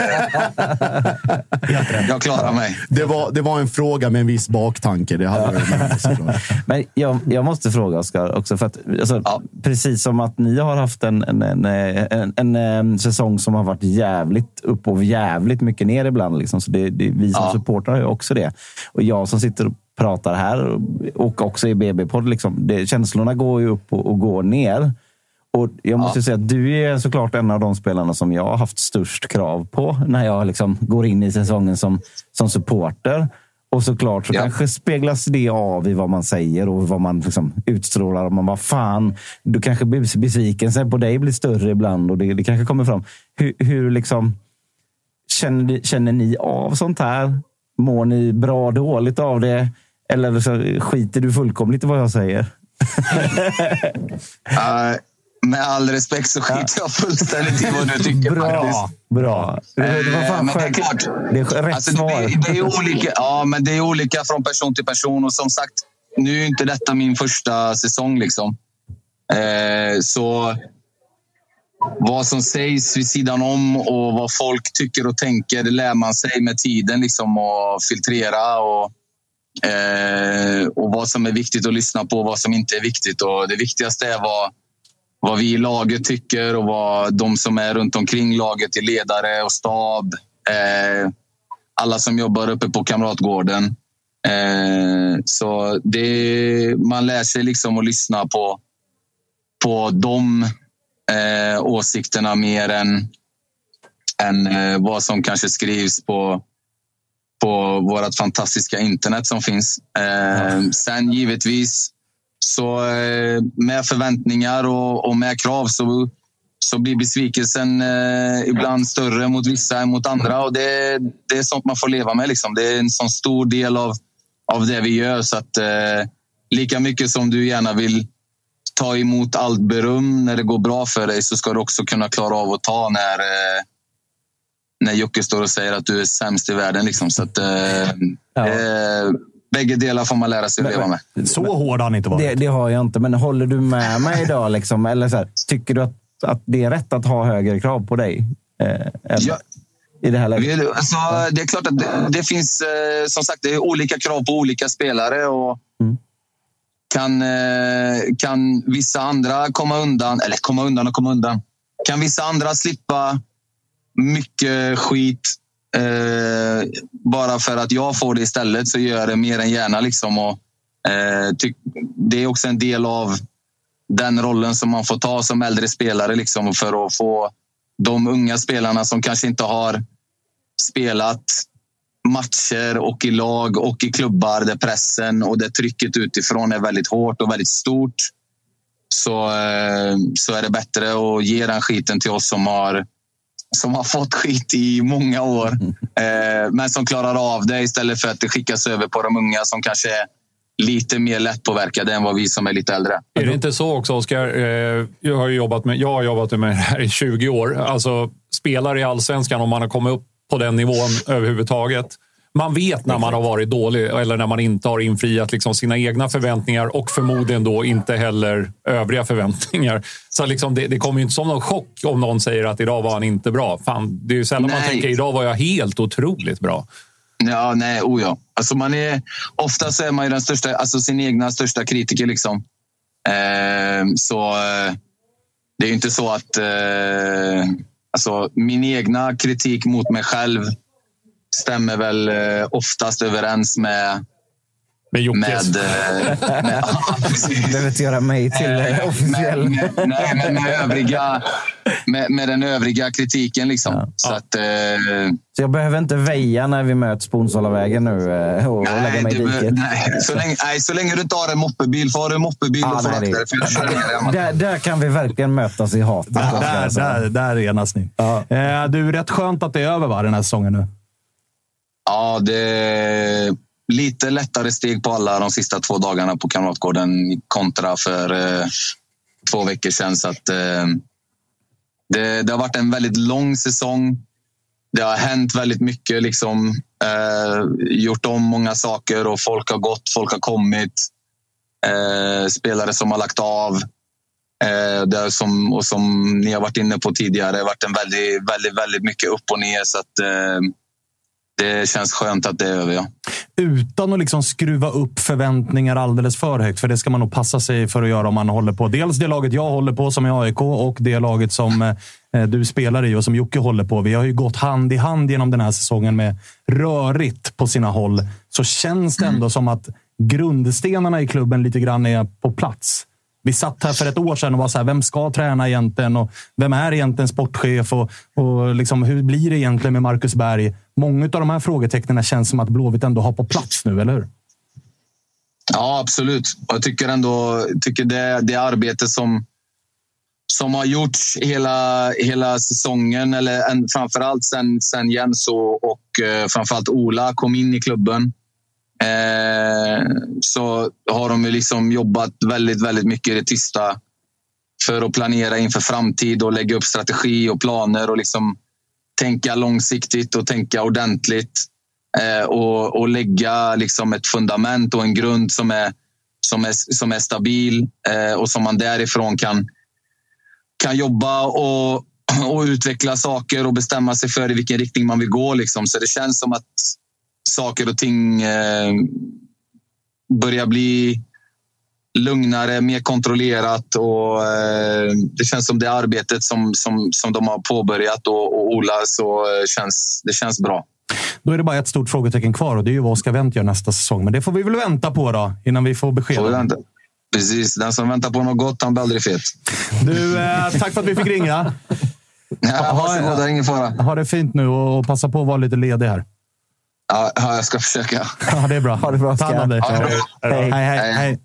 eh, jag klarar mig. Det var, det var en fråga med en viss baktanke. Det hade med, Men jag, jag måste fråga, Oskar, också. För att, alltså, ja. Precis som att ni har haft en, en, en, en, en, en säsong som har varit jävligt upp och jävligt mycket ner ibland. Liksom. Så det, det, vi som ja. supportrar har ju också det. Och jag som sitter och pratar här och också i B B-podd, liksom, det, känslorna går ju upp och, och går ner. Och jag måste ja. säga att du är såklart en av de spelarna som jag har haft störst krav på när jag liksom går in i säsongen som, som supporter. Och såklart så ja. kanske speglas det av i vad man säger och vad man liksom utstrålar. Och man bara, fan, du kanske blir besviken. Sen på dig blir större ibland och det, det kanske kommer fram. Hur, hur liksom känner, känner ni av sånt här? Mår ni bra dåligt av det? Eller så skiter du fullkomligt i vad jag säger? uh, med all respekt så skiter jag fullständigt i vad du tycker. Bra, faktiskt. bra. Det, det var fan men det är klart. Det är rätt alltså, svar. Det, det är olika, ja, men det är olika från person till person. Och som sagt, nu är inte detta min första säsong. Liksom. Eh, så vad som sägs vid sidan om och vad folk tycker och tänker, det lär man sig med tiden. Liksom, och filtrera och Eh, och vad som är viktigt att lyssna på och vad som inte är viktigt. Och det viktigaste är vad, vad vi i laget tycker och vad de som är runt omkring laget i ledare och stab, eh, alla som jobbar uppe på Kamratgården. Eh, så det, man lär sig liksom att lyssna på, på de eh, åsikterna mer än, än eh, vad som kanske skrivs på på vårt fantastiska internet som finns. Eh, sen givetvis så eh, med förväntningar och, och med krav så, så blir besvikelsen eh, ibland större mot vissa än mot andra. Och det, det är sånt man får leva med. Liksom. Det är en sån stor del av, av det vi gör. Så att, eh, lika mycket som du gärna vill ta emot allt beröm när det går bra för dig, så ska du också kunna klara av att ta när eh, när Jocke står och säger att du är sämst i världen. Liksom. Så att, eh, ja. eh, bägge delar får man lära sig att leva med. Så hård har han inte varit. Det, det har jag inte, men håller du med mig idag? Liksom? Eller så här, tycker du att, att det är rätt att ha högre krav på dig? Eh, ja. I det här läget? Alltså, det är klart att det, det finns, eh, som sagt, det är olika krav på olika spelare. Och mm. kan, eh, kan vissa andra komma undan, eller komma undan och komma undan. Kan vissa andra slippa mycket skit eh, bara för att jag får det istället, så gör jag det mer än gärna. Liksom. Och, eh, ty- det är också en del av den rollen som man får ta som äldre spelare liksom, för att få de unga spelarna som kanske inte har spelat matcher och i lag och i klubbar där pressen och det trycket utifrån är väldigt hårt och väldigt stort, så, eh, så är det bättre att ge den skiten till oss som har som har fått skit i många år, eh, men som klarar av det, istället för att det skickas över på de unga som kanske är lite mer lättpåverkade än vad vi som är lite äldre. Är det inte så också, Oskar? Eh, jag har jobbat med, jag har jobbat med det här i tjugo år. Alltså, spelare i Allsvenskan, om man har kommit upp på den nivån överhuvudtaget. Man vet när man har varit dålig eller när man inte har infriat liksom sina egna förväntningar och förmodligen då inte heller övriga förväntningar. Så liksom det, det kommer ju inte som någon chock om någon säger att idag var han inte bra. Fan, det är ju sällan nej. Man tänker idag var jag helt otroligt bra. Ja, nej, oh ja. Alltså man är, ofta så är man ju den största, alltså sin egna största kritiker liksom. Eh, så eh, det är ju inte så att eh, alltså min egna kritik mot mig själv stämmer väl eh, oftast överens med med Jockes. Med, eh, med, Du behöver inte göra mig till eh, officiell. Med, med, nej, men med, övriga, med, med den övriga kritiken. Liksom. Ja. Så, att, eh, så jag behöver inte väja när vi möts på Onsalavägen nu eh, och, nej, och lägga mig i diket. Nej, så länge, nej, så länge du inte har en moppebil. Får du en moppebil ah, och får nej, det, där, där kan vi verkligen mötas i hat. Där, där, där, där enas ni. Ja. Eh, du är rätt skönt att det är över, va, den här säsongen nu? Ja, det är lite lättare steg på alla de sista två dagarna på Kamratgården kontra för eh, två veckor sedan. Så att, eh, det, det har varit en väldigt lång säsong. Det har hänt väldigt mycket. Liksom, eh, gjort om många saker och folk har gått, folk har kommit. Eh, spelare som har lagt av. Eh, det som, och som ni har varit inne på tidigare, det har varit en väldigt, väldigt, väldigt mycket upp och ner. Så att, eh, det känns skönt att det är över, ja. Utan att liksom skruva upp förväntningar alldeles för högt. För det ska man nog passa sig för att göra om man håller på. Dels det laget jag håller på som är A I K och det laget som eh, du spelar i och som Jocke håller på. Vi har ju gått hand i hand genom den här säsongen med rörigt på sina håll. Så känns det ändå som att grundstenarna i klubben lite grann är på plats. Vi satt här för ett år sedan och var så här, vem ska träna egentligen? Och vem är egentligen sportchef? Och, och liksom, hur blir det egentligen med Marcus Berg? Många av de här frågetecknen känns som att Blåvitt ändå har på plats nu, eller hur? Ja, absolut. Jag tycker ändå tycker det, det arbete som, som har gjorts hela, hela säsongen, eller en, framförallt sen, sen Jens och, och eh, framförallt Ola kom in i klubben, eh, så har de ju liksom jobbat väldigt, väldigt mycket i det tysta för att planera inför framtid och lägga upp strategi och planer och liksom tänka långsiktigt och tänka ordentligt. Eh, och, och lägga liksom ett fundament och en grund som är, som är, som är stabil, eh, och som man därifrån kan, kan jobba och, och utveckla saker och bestämma sig för i vilken riktning man vill gå. Liksom. Så det känns som att saker och ting eh, börjar bli lugnare, mer kontrollerat, och eh, det känns som det arbetet som, som, som de har påbörjat och, och Ola, så eh, känns, det känns bra. Då är det bara ett stort frågetecken kvar, och det är ju vad Oskar Wendt gör nästa säsong. Men det får vi väl vänta på då, innan vi får besked. Får vänta. Precis, den som väntar på något gott, han blir aldrig fet. Du, eh, tack för att vi fick ringa. Ja, varsågod, det är ingen fara. Ha det fint nu och passa på att vara lite ledig här. Ja, jag ska försöka. Ja, det är bra. Ha det bra, Oskar. Ja, hej, hej, hej, hej.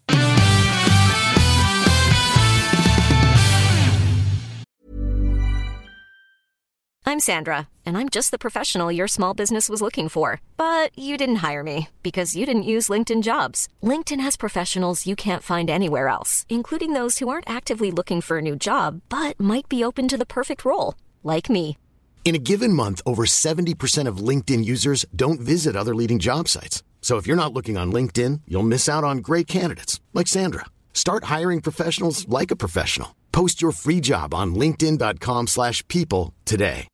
I'm Sandra, and I'm just the professional your small business was looking for. But you didn't hire me because you didn't use LinkedIn Jobs. LinkedIn has professionals you can't find anywhere else, including those who aren't actively looking for a new job, but might be open to the perfect role, like me. In a given month, over seventy percent of LinkedIn users don't visit other leading job sites. So if you're not looking on LinkedIn, you'll miss out on great candidates like Sandra. Start hiring professionals like a professional. Post your free job on linkedin dot com slash people today.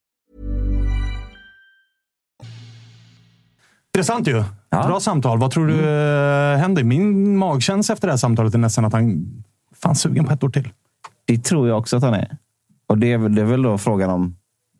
Intressant ju. Ja. Bra samtal. Vad tror du mm. händer? Min magkänsla efter det här samtalet är nästan att han fan sugen på ett år till. Det tror jag också att han är. Och det är, det är väl då frågan om...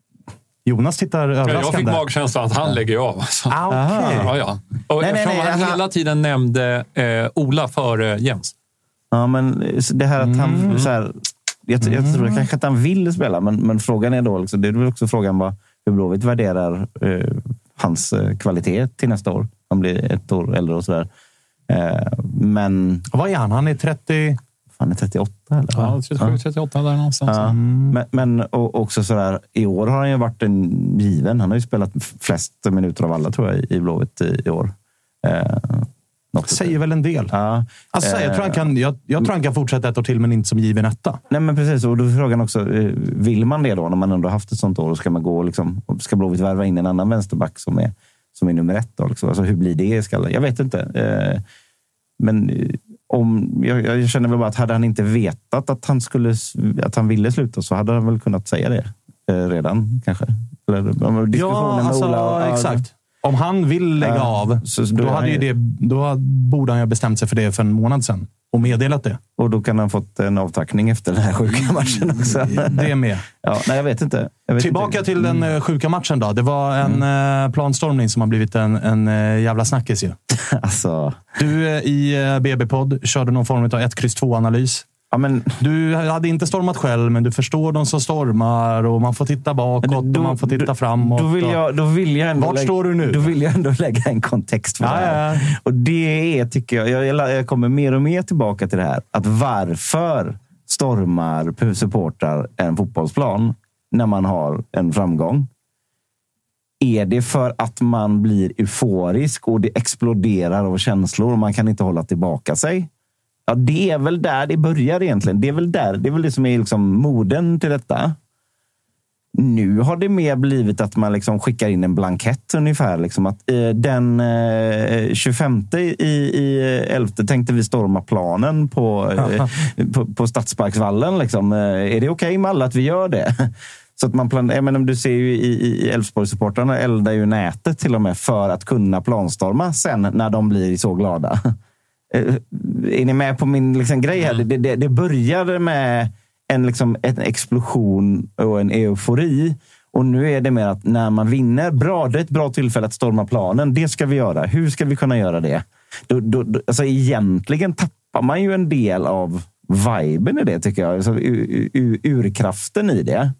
Jonas tittar överraskande. Jag fick magkänslan att han lägger av. Alltså. Ah, okay. Ja, ja. Och nej, nej, eftersom nej, han han... hela tiden nämnde eh, Ola före Jens. Ja, men det här att han... Mm. Så här, jag, jag mm. tror kanske att han vill spela, men, men frågan är då... Liksom, det är väl också frågan vad, hur Blåvitt värderar eh, hans eh, kvalitet till nästa år. Han blir ett år äldre och sådär. Eh, men... Vad är han? Han är trettio... Han är trettioåtta, eller? Ja, trettiosju trettioåtta där någonstans. Ja. Mm. Men, men och också sådär, i år har han ju varit en given. Han har ju spelat flest minuter av alla, tror jag, i Blåvitt i, i år. Eh, Säger väl en del. Ja. Alltså, jag, tror han kan, jag, jag tror han kan fortsätta ett år till, men inte som given etta. Nej, men precis. Och då är frågan också, vill man det då, när man ändå haft ett sånt år, och ska man gå liksom, ska Blåvitt värva in en annan vänsterback som är, som är nummer ett då? Liksom. Alltså, hur blir det i skallen? Jag vet inte. Eh, men... Om, jag, jag känner väl bara att hade han inte vetat att han, skulle, att han ville sluta, så hade han väl kunnat säga det eh, redan kanske. Eller, diskussionen ja, alltså, med Ola, exakt. Om han vill lägga äh, av, så, då, då, hade ju det, då borde han ju ha bestämt sig för det för en månad sedan och meddelat det. Och då kan han fått en avtackning efter den här sjuka matchen också. Det är med. Ja, nej, jag vet inte. Jag vet Tillbaka inte. till den mm. sjuka matchen då. Det var en mm. planstormning som har blivit en, en jävla snackis ju. Alltså. Du i B B-podd körde någon form av ett kryss två-analys. Ja, men... Du hade inte stormat själv, men du förstår de som stormar, och man får titta bakåt då, och man får titta då, framåt. Då vill jag, då vill jag ändå Vart lägga, står du nu? Då vill jag ändå lägga en kontext för ja, det här. Ja. Och det är, tycker jag, jag, jag kommer mer och mer tillbaka till det här. Att varför stormar supportrar en fotbollsplan när man har en framgång? Är det för att man blir euforisk och det exploderar av känslor och man kan inte hålla tillbaka sig? Ja, det är väl där det börjar egentligen. Det är väl där, det är väl det som är liksom moden till detta. Nu har det mer blivit att man liksom skickar in en blankett ungefär. Liksom att eh, den eh, tjugofemte i, i elfte tänkte vi storma planen på, eh, på, på Stadsparksvallen. Liksom. Eh, är det okej okay med alla att vi gör det? Så att man planerar, jag menar, du ser ju i, i Elfsborg-supportrarna eldar ju nätet till och med för att kunna planstorma sen när de blir så glada. Är ni med på min liksom, grej här? Det, det, det började med en, liksom, en explosion och en eufori. Och nu är det mer att när man vinner, bra, det är ett bra tillfälle att storma planen. Det ska vi göra. Hur ska vi kunna göra det? Då, då, då, alltså, egentligen tappar man ju en del av viben i det tycker jag. Alltså, ur, ur, urkraften i det.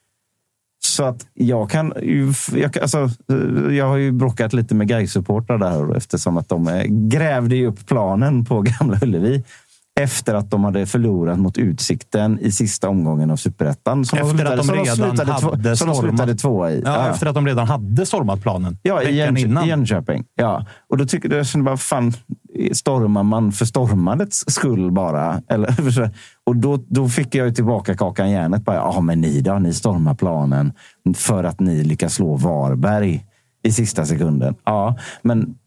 Så att jag kan... Jag, alltså, jag har ju bråkat lite med Gais-supportrar där eftersom att de grävde ju upp planen på Gamla Ullevi efter att de hade förlorat mot Utsikten i sista omgången av Superettan. Som efter att de redan slutade hade två, slutade två i. Ja, Ja. Efter att de redan hade stormat planen. Ja, i Jön, innan. Jönköping. Ja. Och då tycker jag, bara, fan, stormar man för stormandets skull bara? Eller, och då, då fick jag ju tillbaka kakan järnet. Bara, ja, men ni då? Ni stormar planen för att ni lyckas slå Varberg i sista sekunden. Ja, men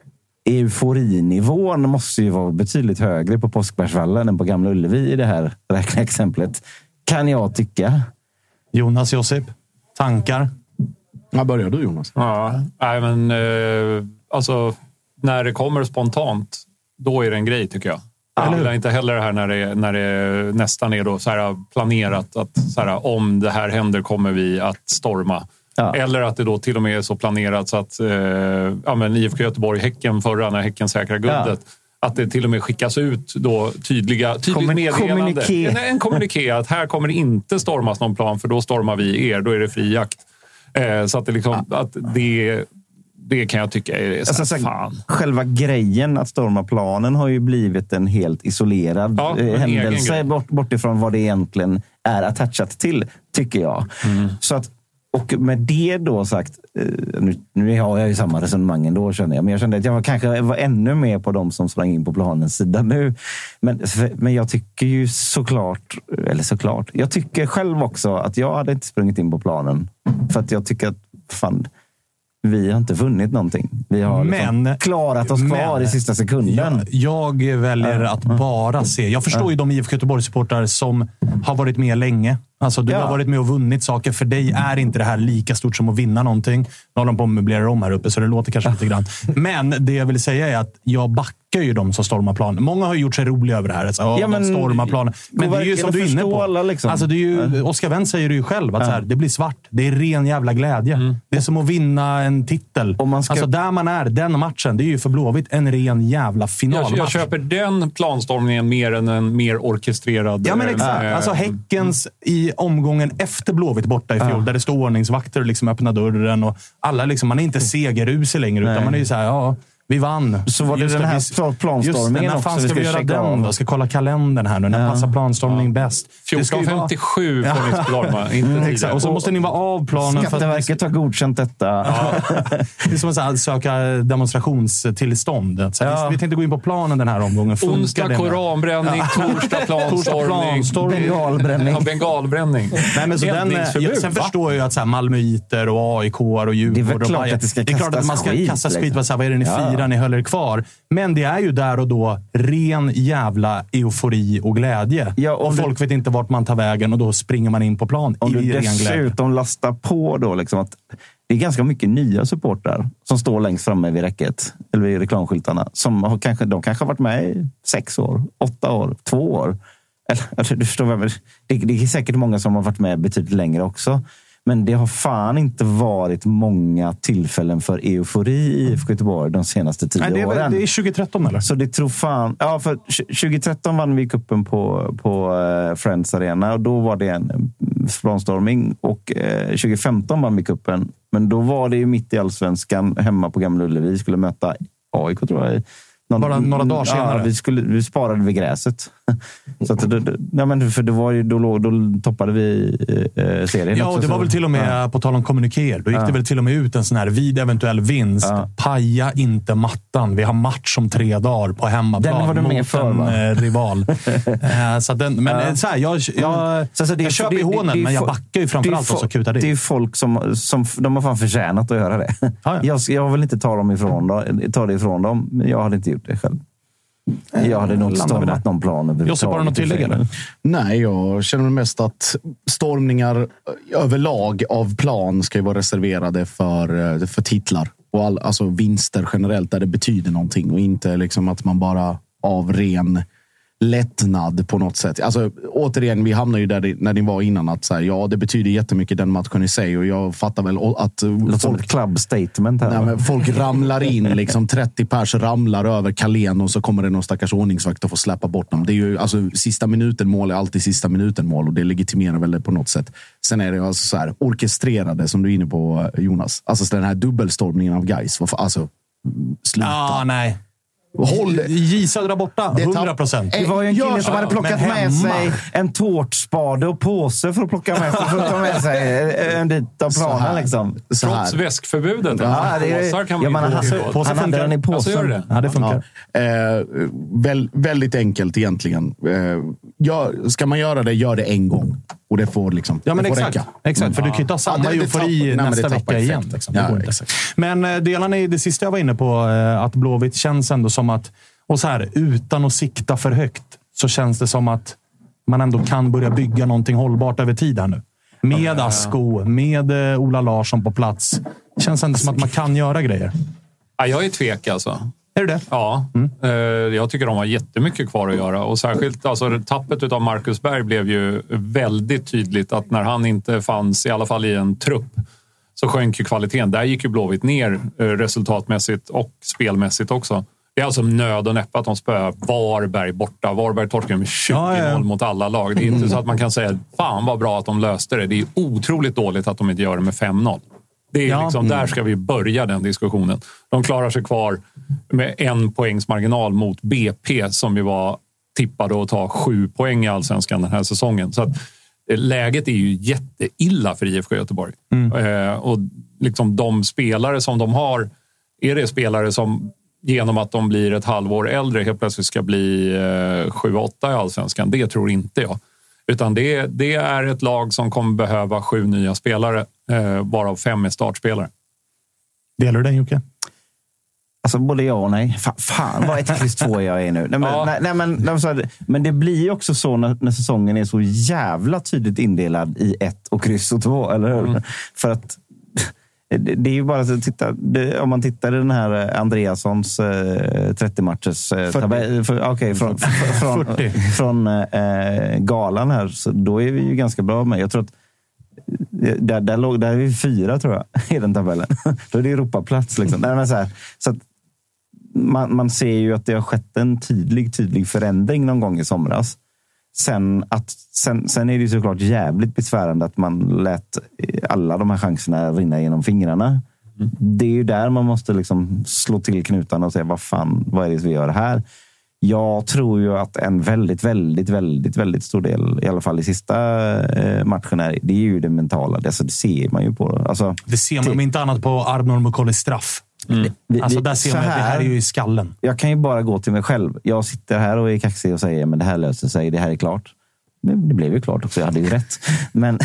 euforinivån måste ju vara betydligt högre på Påskbergsvallen än på Gamla Ullevi i det här räkneexemplet. Kan jag tycka. Jonas, Josip, tankar? Ja, börjar du, Jonas? Ja, nej, men eh, alltså när det kommer spontant, då är det en grej tycker jag. Jag gillar inte heller det här när det, när det nästan är då så här planerat att så här, om det här händer kommer vi att storma. Ja. Eller att det då till och med är så planerat så att eh, ja, men I F K Göteborg-Häcken förra när Häcken säkrar guldet. Ja. Att det till och med skickas ut då tydliga, tydligt Kommun- meddelande. Kommuniké. En, en kommuniké att här kommer det inte stormas någon plan för då stormar vi er. Då är det fri jakt. Eh, så att det liksom, ja. att det, det kan jag tycka är så, alltså, fan. Själva grejen att storma planen har ju blivit en helt isolerad ja, en händelse bort, bort ifrån vad det egentligen är attachat till, tycker jag. Mm. Så att och med det då sagt, nu, nu har jag ju samma resonemang ändå känner jag, men jag kände att jag var, kanske var ännu mer på de som sprang in på planens sida nu. Men, men jag tycker ju såklart, eller såklart, jag tycker själv också att jag hade inte sprungit in på planen. För att jag tycker att, fan, vi har inte vunnit någonting. Vi har liksom men, klarat oss kvar men, i sista sekunden. Jag, jag väljer att bara se. Jag förstår ju de I F K Göteborg-supportrar som har varit med länge. Alltså du ja. har varit med och vunnit saker. För dig är inte det här lika stort som att vinna någonting. Nu håller de på att möblera om här uppe så det låter kanske lite grann. Men det jag vill säga är att jag backar ju de som stormar planen. Många har gjort sig roliga över det här. Alltså, ja, men, stormar planen. Men det är ju som du är inne på. Alla, liksom. Alltså, det är ju, Oskar Wendt säger det ju själv. Att ja. så här, det blir svart. Det är ren jävla glädje. Mm. Det är som att vinna en titel. Man ska... Alltså där man är, den matchen. Det är ju för Blåvitt en ren jävla finalmatch. Jag, jag köper den planstormningen mer än en mer orkestrerad... Ja men exakt. Äh, alltså Häckens i omgången efter Blåvitt borta i fjol. Ja. Där det står ordningsvakter och liksom öppnar dörren. Och alla liksom, man är inte segerrusig längre. Nej. Utan man är ju så här, ja... Vi vann. Så var det just den här planstormningen också. När fan ska vi, vi göra den av. Då? Ska kolla kalendern här nu. När ja. passar planstormning ja. bäst? fjorton femtiosju får ni storma. Inte exakt. Och så måste ni vara av planen. Skatteverket har godkänt detta. Ja. Det är som att här, söka demonstrationstillstånd. Så ja. Vi tänkte gå in på planen den här omgången. Funkar onsdag koranbränning, torsdag planstormning, bengalbränning. Ja, bengalbränning. Nej, men så den, jag, sen va? förstår jag ju att så här, Malmöiter och A I K och Djurgården. Det är klart att det ska kastas skit. Det är klart att man ska skit, kasta skit. Vad är det ni firar? Ni höll er kvar. Men det är ju där och då ren jävla eufori och glädje. Ja, och folk det, vet inte vart man tar vägen och då springer man in på plan. Om du dessutom lastar på då liksom att det är ganska mycket nya supportrar som står längst framme vid räcket eller vid reklamskyltarna som har kanske, de kanske har varit med i sex år, åtta år, två år. Eller, du förstår vad jag, det, det är säkert många som har varit med betydligt längre också. Men det har fan inte varit många tillfällen för eufori i I F K Göteborg de senaste tio Nej, det är, åren. Det är tjugotretton eller? Så det tror fan... Ja, för tjugotretton vann vi kuppen på, på uh, Friends Arena och då var det en planstorming. Och uh, tjugofemton vann vi kuppen. Men då var det ju mitt i Allsvenskan hemma på Gamla Ullevi. Vi skulle möta A I K tror jag. Någon, Bara några dagar senare. Ja, vi, skulle, vi sparade vid gräset. Så att det, det, ja, men för det var ju, då, då toppade vi eh, serien. Ja, och det var så, väl till och med, ja. på tal om kommunikéer, då gick ja. det väl till och med ut en sån här vid eventuell vinst. Ja. Paja inte mattan. Vi har match om tre dagar på hemmaplan. Den var du med för, en eh, rival. eh, så den, men ja. så här, jag, jag, så, så det, jag köper i hånen, men jag backar ju framförallt och så kutar det. Det är folk som, som de har fan förtjänat att göra det. Ja, ja. Jag, jag vill inte ta dem ifrån dem, ta det ifrån dem, men jag hade inte gjort det själv. Jag hade nog stormat någon plan. Josip, har du något tillägg eller? Nej, jag känner mest att stormningar överlag av plan ska ju vara reserverade för, för titlar. Och all, alltså vinster generellt där det betyder någonting. Och inte liksom att man bara av ren lättnad på något sätt. Alltså, återigen, vi hamnar ju där det, när ni var innan att så här, ja, det betyder jättemycket den matchen i sig och jag fattar väl att låter som ett club statement här. Nej, men folk ramlar in, liksom trettio pers ramlar över Kalén och så kommer det någon stackars ordningsvakt och får släppa bort dem. Det är ju, alltså, sista minuten mål är alltid sista minuten mål och det legitimerar väl det på något sätt. Sen är det alltså så här orkestrerade som du är inne på, Jonas. Alltså så den här dubbelstormningen av guys. Alltså, sluta. Ja, nej. Håll. J Södra borta, hundra procent. Det var ju en kille Gör, som hade plockat med hemma. sig en tårtspade och påse för att plocka med sig, för att ta med sig en bit av planen. Liksom. Trots väskförbudet. Ja, det är, kan ja, man han, ju han, han hade den i påsen. Alltså, gör det. Ja, det funkar. Ja. Eh, väl, väldigt enkelt egentligen. Eh, gör, ska man göra det, gör det en gång. Och det får, liksom, ja, men det får exakt. räcka. Exakt, för du kan ju ta samma ja, det, det eufori tappar, nästa nej, vecka igen. Liksom. Det ja, går inte. Men eh, delarna i det sista jag var inne på, eh, att Blåvitt känns ändå som att, och så här, utan att sikta för högt, så känns det som att man ändå kan börja bygga någonting hållbart över tid här nu. Med Asko, med eh, Ola Larsson på plats. Känns ändå som att man kan göra grejer. Ja, jag är tvek alltså. Är det det? Ja, mm. eh, jag tycker de har jättemycket kvar att göra. Och särskilt alltså, tappet av Marcus Berg blev ju väldigt tydligt att när han inte fanns, i alla fall i en trupp, så sjönk ju kvaliteten. Där gick ju Blåvitt ner eh, resultatmässigt och spelmässigt också. Det är alltså nöd och näppe att de spöar Varberg borta. Varberg torskar med tjugo noll ja, ja. mot alla lag. Det är inte så att man kan säga, fan vad bra att de löste det. Det är otroligt dåligt att de inte gör det med fem noll. Det är ja. liksom, mm. Där ska vi börja den diskussionen. De klarar sig kvar med en poängs marginal mot B P som vi var tippade att ta sju poäng i Allsvenskan den här säsongen. Så att läget är ju jätteilla för I F K Göteborg. Mm. Eh, och liksom de spelare som de har, är det spelare som genom att de blir ett halvår äldre helt plötsligt ska bli eh, sju åtta i Allsvenskan? Det tror inte jag. Utan det, det är ett lag som kommer behöva sju nya spelare, eh, varav fem är startspelare. Delar du den, Jocke? Alltså både ja och nej. Fan, fan vad ett kryss två jag är nu. Nej, men, ja. nej, nej, men, nej, men det blir ju också så när, när säsongen är så jävla tydligt indelad i ett och kryss och två. Eller hur? Mm. För att det, det är ju bara att titta, det, om man tittar i den här Andreassons eh, trettio matchers eh, tabell, för, okay, från, från, från, från eh, galan här, så då är vi ju ganska bra med. Jag tror att där, där, låg, där är vi fyra tror jag i den tabellen. Då är det Europaplats liksom. Nej, men så här, så att man, man ser ju att det har skett en tydlig, tydlig förändring någon gång i somras. Sen, att, sen, sen är det ju såklart jävligt besvärande att man lät alla de här chanserna rinna genom fingrarna. Mm. Det är ju där man måste liksom slå till knutarna och säga, vad fan, vad är det vi gör här? Jag tror ju att en väldigt, väldigt, väldigt, väldigt stor del, i alla fall i sista eh, matchen, är, det är ju det mentala. Det, alltså, det ser man ju på. Alltså, det ser man till, inte annat på Arnor Mukolles straff. Mm. Vi, alltså där ser man att det här är ju i skallen. Jag kan ju bara gå till mig själv. Jag sitter här och är kaxig och säger, men det här löser sig, det här är klart. Det, det blev ju klart också, jag hade ju rätt. Men,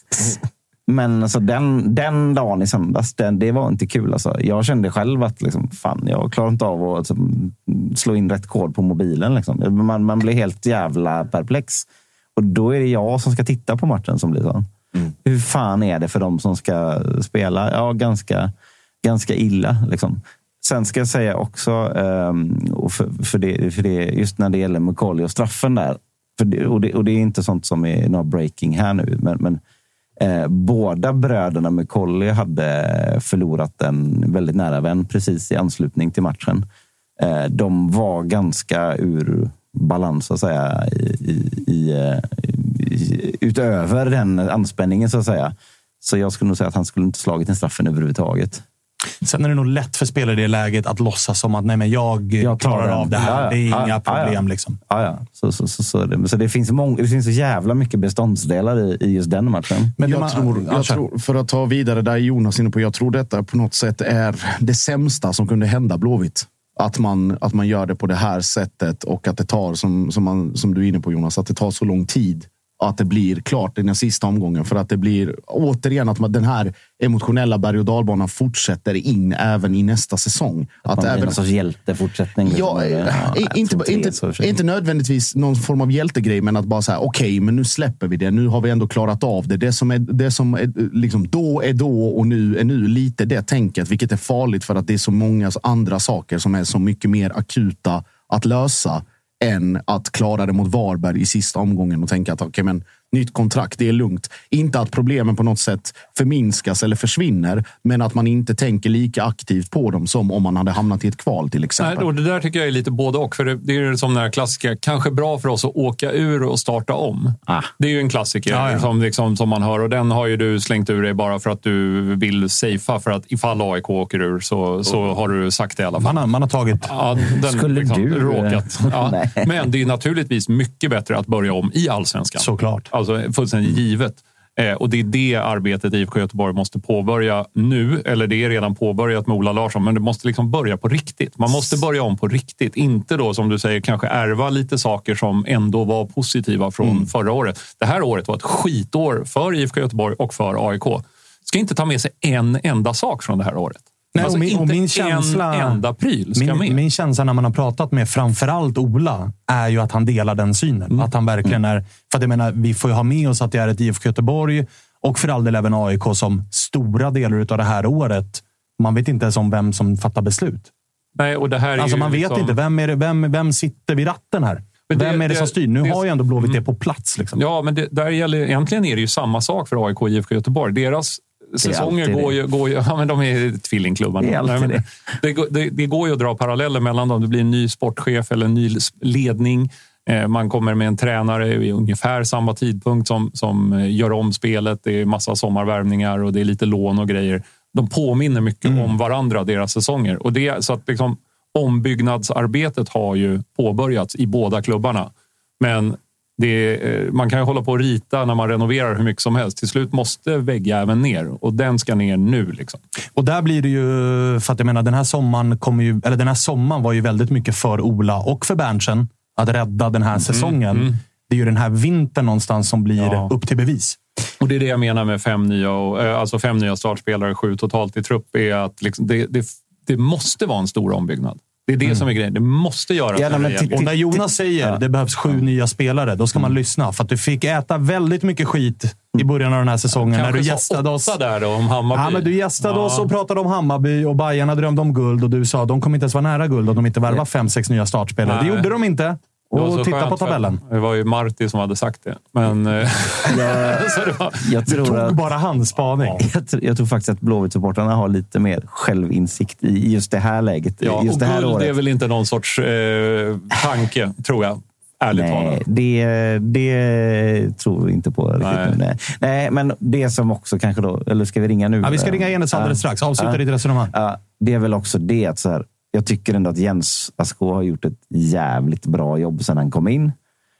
men alltså den, den dagen i söndags, den, det var inte kul. Alltså. Jag kände själv att liksom, fan, jag klarar inte av att alltså, slå in rätt kod på mobilen. Liksom. Man, man blir helt jävla perplex. Och då är det jag som ska titta på matchen som blir så. Mm. Hur fan är det för dem som ska spela? Ja, ganska... ganska illa. Liksom. Sen ska jag säga också, um, och för, för, det, för det, just när det gäller McCauley och straffen där, för det, och, det, och det är inte sånt som är något breaking här nu, men, men eh, båda bröderna McCauley hade förlorat en väldigt nära vän precis i anslutning till matchen. Eh, de var ganska ur balans, så att säga, i, i, i, i, utöver den anspänningen, så att säga. Så jag skulle nog säga att han skulle inte slagit en straffen överhuvudtaget. Sen är det nog lätt för spelare i det läget att låtsas som att nej, men jag, jag klarar den. av det här. Ja, ja. Det är inga ja, problem. Ja. Liksom. Ja, ja. Så, så, så, så, det, så det, finns många, det finns så jävla mycket beståndsdelar i, i just den matchen. Men jag, man, tror, jag tror, för att ta vidare där Jonas inne på, jag tror detta på något sätt är det sämsta som kunde hända Blåvitt. Att man, att man gör det på det här sättet och att det tar, som, som, man, som du är inne på Jonas, att det tar så lång tid. Att det blir klart i den sista omgången. För att det blir återigen att man, den här emotionella berg- och dalbanan fortsätter in även i nästa säsong. Att, att man även någon sorts hjältefortsättning. Ja, ja, ja, inte, inte, inte nödvändigtvis någon form av hjältegrej, men att bara säga okej, okay, men nu släpper vi det. Nu har vi ändå klarat av det. Det som är, det som är liksom då är då och nu är nu, lite det tänket. Vilket är farligt för att det är så många andra saker som är så mycket mer akuta att lösa än att klara det mot Varberg i sista omgången och tänka att okej, men nytt kontrakt, det är lugnt. Inte att problemen på något sätt förminskas eller försvinner, men att man inte tänker lika aktivt på dem som om man hade hamnat i ett kval till exempel. Nej, och det där tycker jag är lite både och. För det, det är som den här klassiska, kanske bra för oss att åka ur och starta om. Ah. Det är ju en klassiker ja, ja. Som, liksom, som man hör. Och den har ju du slängt ur dig bara för att du vill safea. För att ifall A I K åker ur så, så oh. har du sagt det i alla fall. Man har, man har tagit... Ja, den, Skulle liksom, du? Råkat. Ja. Men det är naturligtvis mycket bättre att börja om i Allsvenskan. Såklart. Alltså fullständigt givet. Eh, och det är det arbetet I F K Göteborg måste påbörja nu. Eller det är redan påbörjat med Ola Larsson. Men det måste liksom börja på riktigt. Man måste börja om på riktigt. Inte då som du säger kanske ärva lite saker som ändå var positiva från mm. förra året. Det här året var ett skitår för I F K Göteborg och för A I K. Ska inte ta med sig en enda sak från det här året. Nej, alltså och min, inte och min känsla, en enda pryl ska min, med. Min känsla när man har pratat med framförallt Ola är ju att han delar den synen. Mm. Att han verkligen är... För att jag menar, vi får ju ha med oss att det är ett I F K Göteborg och för all del även A I K som stora delar av det här året. Man vet inte ens om vem som fattar beslut. Nej, och det här är alltså man vet liksom... inte. Vem, är det, vem, vem sitter vid ratten här? Det, vem är det, det som styr? Nu det, har ju ändå Blåvitt det på plats. Liksom. Ja, men det, där gäller, egentligen är det ju samma sak för A I K och I F K Göteborg. Deras säsonger går ju, går ju... Ja, men de är tvillingklubbarna. Det, är Nej, men det. Det, det, det går ju att dra paralleller mellan dem. Det blir en ny sportchef eller en ny ledning. Man kommer med en tränare vid ungefär samma tidpunkt som, som gör om spelet. Det är massa sommarvärvningar och det är lite lån och grejer. De påminner mycket mm. om varandra, deras säsonger. Och det, så att liksom, ombyggnadsarbetet har ju påbörjats i båda klubbarna. Men det, man kan ju hålla på att rita när man renoverar hur mycket som helst. Till slut måste väggjäveln ner och den ska ner nu. Liksom. Och där blir det ju, för att jag menar, den här sommaren kommer ju, eller den här sommaren var ju väldigt mycket för Ola och för Berntsen att rädda den här mm, säsongen. Mm. Det är ju den här vintern någonstans som blir ja. upp till bevis. Och det är det jag menar med fem nya, alltså fem nya startspelare, sju totalt i trupp, är att liksom det, det, det måste vara en stor ombyggnad. Det är det mm. som är grejen. Det måste göras. Ja, men t- och när Jonas säger att ja. det behövs sju ja. nya spelare, då ska man mm. lyssna. För att du fick äta väldigt mycket skit i början av den här säsongen. Kanske när du gästade oss. Där då, om Hammarby. Ja, men du gästade ja. oss och pratade om Hammarby och Bajarna drömde om guld. Och du sa att de kommer inte ens vara nära guld om de inte värvar ja. fem, sex nya startspelare. Nej. Det gjorde de inte. Och titta på tabellen. Det var ju Marti som hade sagt det. Men jag, så det var, jag tror tog att, bara hans spaning. Jag, jag tror faktiskt att Blåvitt-supportrarna har lite mer självinsikt i just det här läget. Ja, just och det här guld året. är väl inte någon sorts eh, tanke, tror jag. Ärligt Nej, talat. Det, det tror vi inte på. Nej. Nej. Nej, men det som också kanske då... Eller ska vi ringa nu? Ja, vi ska ringa Enes alldeles strax. Avsluta ja. ditt resonemang. Ja, det är väl också det att så här... Jag tycker ändå att Jens Asko har gjort ett jävligt bra jobb sedan han kom in.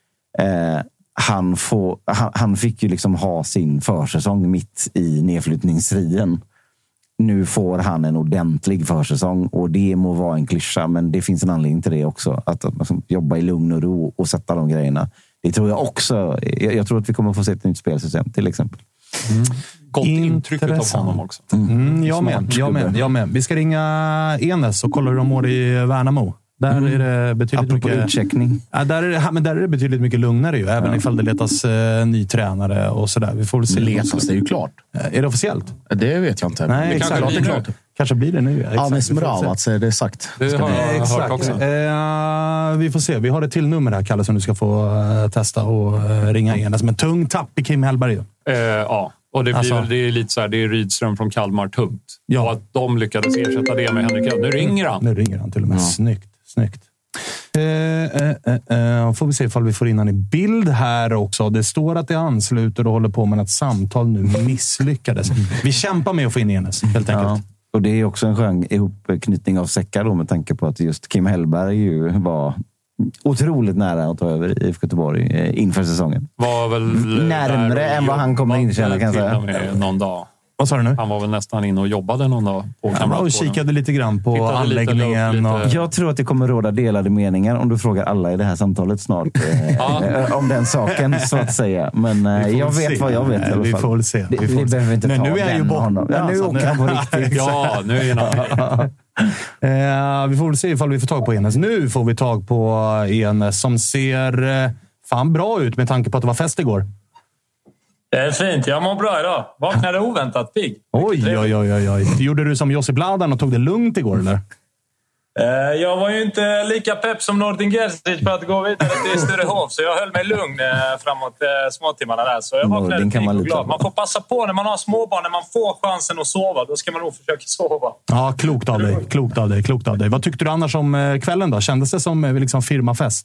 Eh, han, får, han, han fick ju liksom ha sin försäsong mitt i nedflyttningsstriden. Nu får han en ordentlig försäsong och det må vara en klyscha, men det finns en anledning till det också. Att, att liksom jobba i lugn och ro och sätta de grejerna. Det tror jag också. Jag, jag tror att vi kommer få se ett nytt spelsystem till exempel. Mm. Gott intryck av honom också. Mm. Mm, jag, med, jag, med, jag med. Vi ska ringa Enes och kolla hur de mår i Värnamo. Där mm. är det betydligt Apropå mycket... utcheckning. Ja, där, är det, men där är det betydligt mycket lugnare ju. Även ja. ifall det letas eh, ny tränare och sådär. Vi får väl se. Letas, det är ju klart. Är det officiellt? Det vet jag inte. Nej, det exakt. Kanske, blir det kanske blir det nu. Ja, men Smravat så är det sagt. Det har jag exakt. hört också. Eh, vi får se. Vi har ett till nummer här, Kalle, som du ska få uh, testa och uh, ringa Enes. Men tung tapp i Kim Hellberg. Eh, ja. Och det, blir, alltså, det är lite så här, det är Rydström från Kalmar tungt. Ja. Och att de lyckades ersätta det med Henrik. Nu ringer han. Nu ringer han till och med. Ja. Snyggt, snyggt. Eh, eh, eh, får vi se ifall vi får in han i bild här också. Det står att det ansluter och håller på med ett samtal nu misslyckades. Vi kämpar med att få in Enes, helt enkelt. Ja. Och det är också en skön ihopknytning av säckar då, med tanke på att just Kim Hellberg ju var otroligt nära att ta över I F K Göteborg inför säsongen. Var väl närmare än vad han kommer intjäna, kan jag säga. Någon dag. Vad sa du nu? Han var väl nästan in och jobbade någon dag på Han var och kikade lite grann på Hittade anläggningen. Lite, och... lite... Jag tror att det kommer råda delade meningar om du frågar alla i det här samtalet snart. eh, om den saken, så att säga. Men eh, jag vet se. vad jag vet i alla fall. Vi får väl se. Vi, vi, vi behöver inte Men ta nu är ju bort. Ja, ja, nu åker han på riktigt. Ja, nu är han eh, Vi får väl se ifall vi får tag på Enes. Nu får vi tag på Enes som ser eh, fan bra ut med tanke på att det var fest igår. Det är fint. Jag mår bra idag. Vaknade oväntat pigg. Oj, oj, oj, oj, oj. Gjorde du som Josip Ladan och tog det lugnt igår, eller? Jag var ju inte lika pepp som Nordin Gerzic för att gå vidare till Sturehof, så jag höll mig lugn framåt småtimmarna där. Så jag var väldigt pigg och glad. Man får passa på när man har småbarn, när man får chansen att sova. Då ska man nog försöka sova. Ja, klokt av dig. Klokt av dig, klokt av dig. Vad tyckte du annars om kvällen då? Kändes det som liksom firmafest?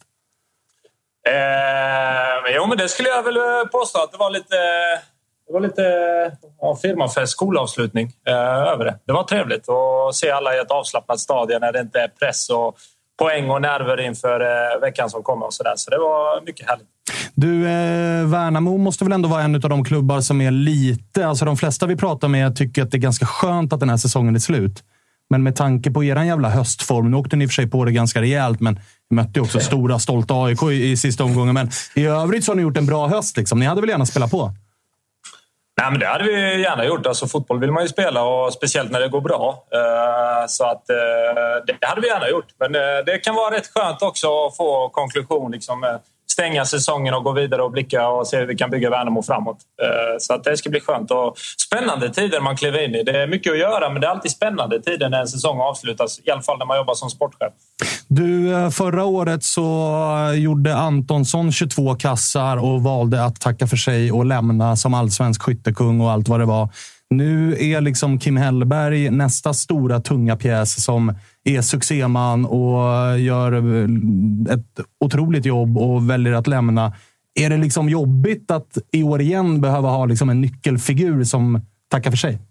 Eh, jo, men det skulle jag väl påstå att det var lite... Det var lite ja, firmafest, skolavslutning eh, över det. Det var trevligt att se alla i ett avslappnat stadie när det inte är press och poäng och nerver inför eh, veckan som kommer och sådär. Så det var mycket härligt. Du, eh, Värnamo måste väl ändå vara en av de klubbar som är lite... Alltså de flesta vi pratar med tycker att det är ganska skönt att den här säsongen är slut. Men med tanke på eran jävla höstform, nu åkte ni i och för sig på det ganska rejält, men ni mötte också stora, stolta A I K i, i sista omgången. Men i övrigt så har ni gjort en bra höst liksom. Ni hade väl gärna spelat på? Nej, men det hade vi gärna gjort. Alltså, fotboll vill man ju spela, och speciellt när det går bra. Uh, så att, uh, det hade vi gärna gjort. Men uh, det kan vara rätt skönt också att få konklusion. Liksom, uh, stänga säsongen och gå vidare och blicka och se hur vi kan bygga Värnamo framåt. Uh, så att det ska bli skönt. Och spännande tider man kliver in i. Det är mycket att göra, men det är alltid spännande tider när en säsong avslutas. I alla fall när man jobbar som sportchef. Du, förra året så gjorde Antonsson tjugotvå kassar och valde att tacka för sig och lämna som allsvensk skyttekung och allt vad det var. Nu är liksom Kim Hellberg nästa stora tunga pjäs som är succéman och gör ett otroligt jobb och väljer att lämna. Är det liksom jobbigt att i år igen behöva ha liksom en nyckelfigur som tackar för sig?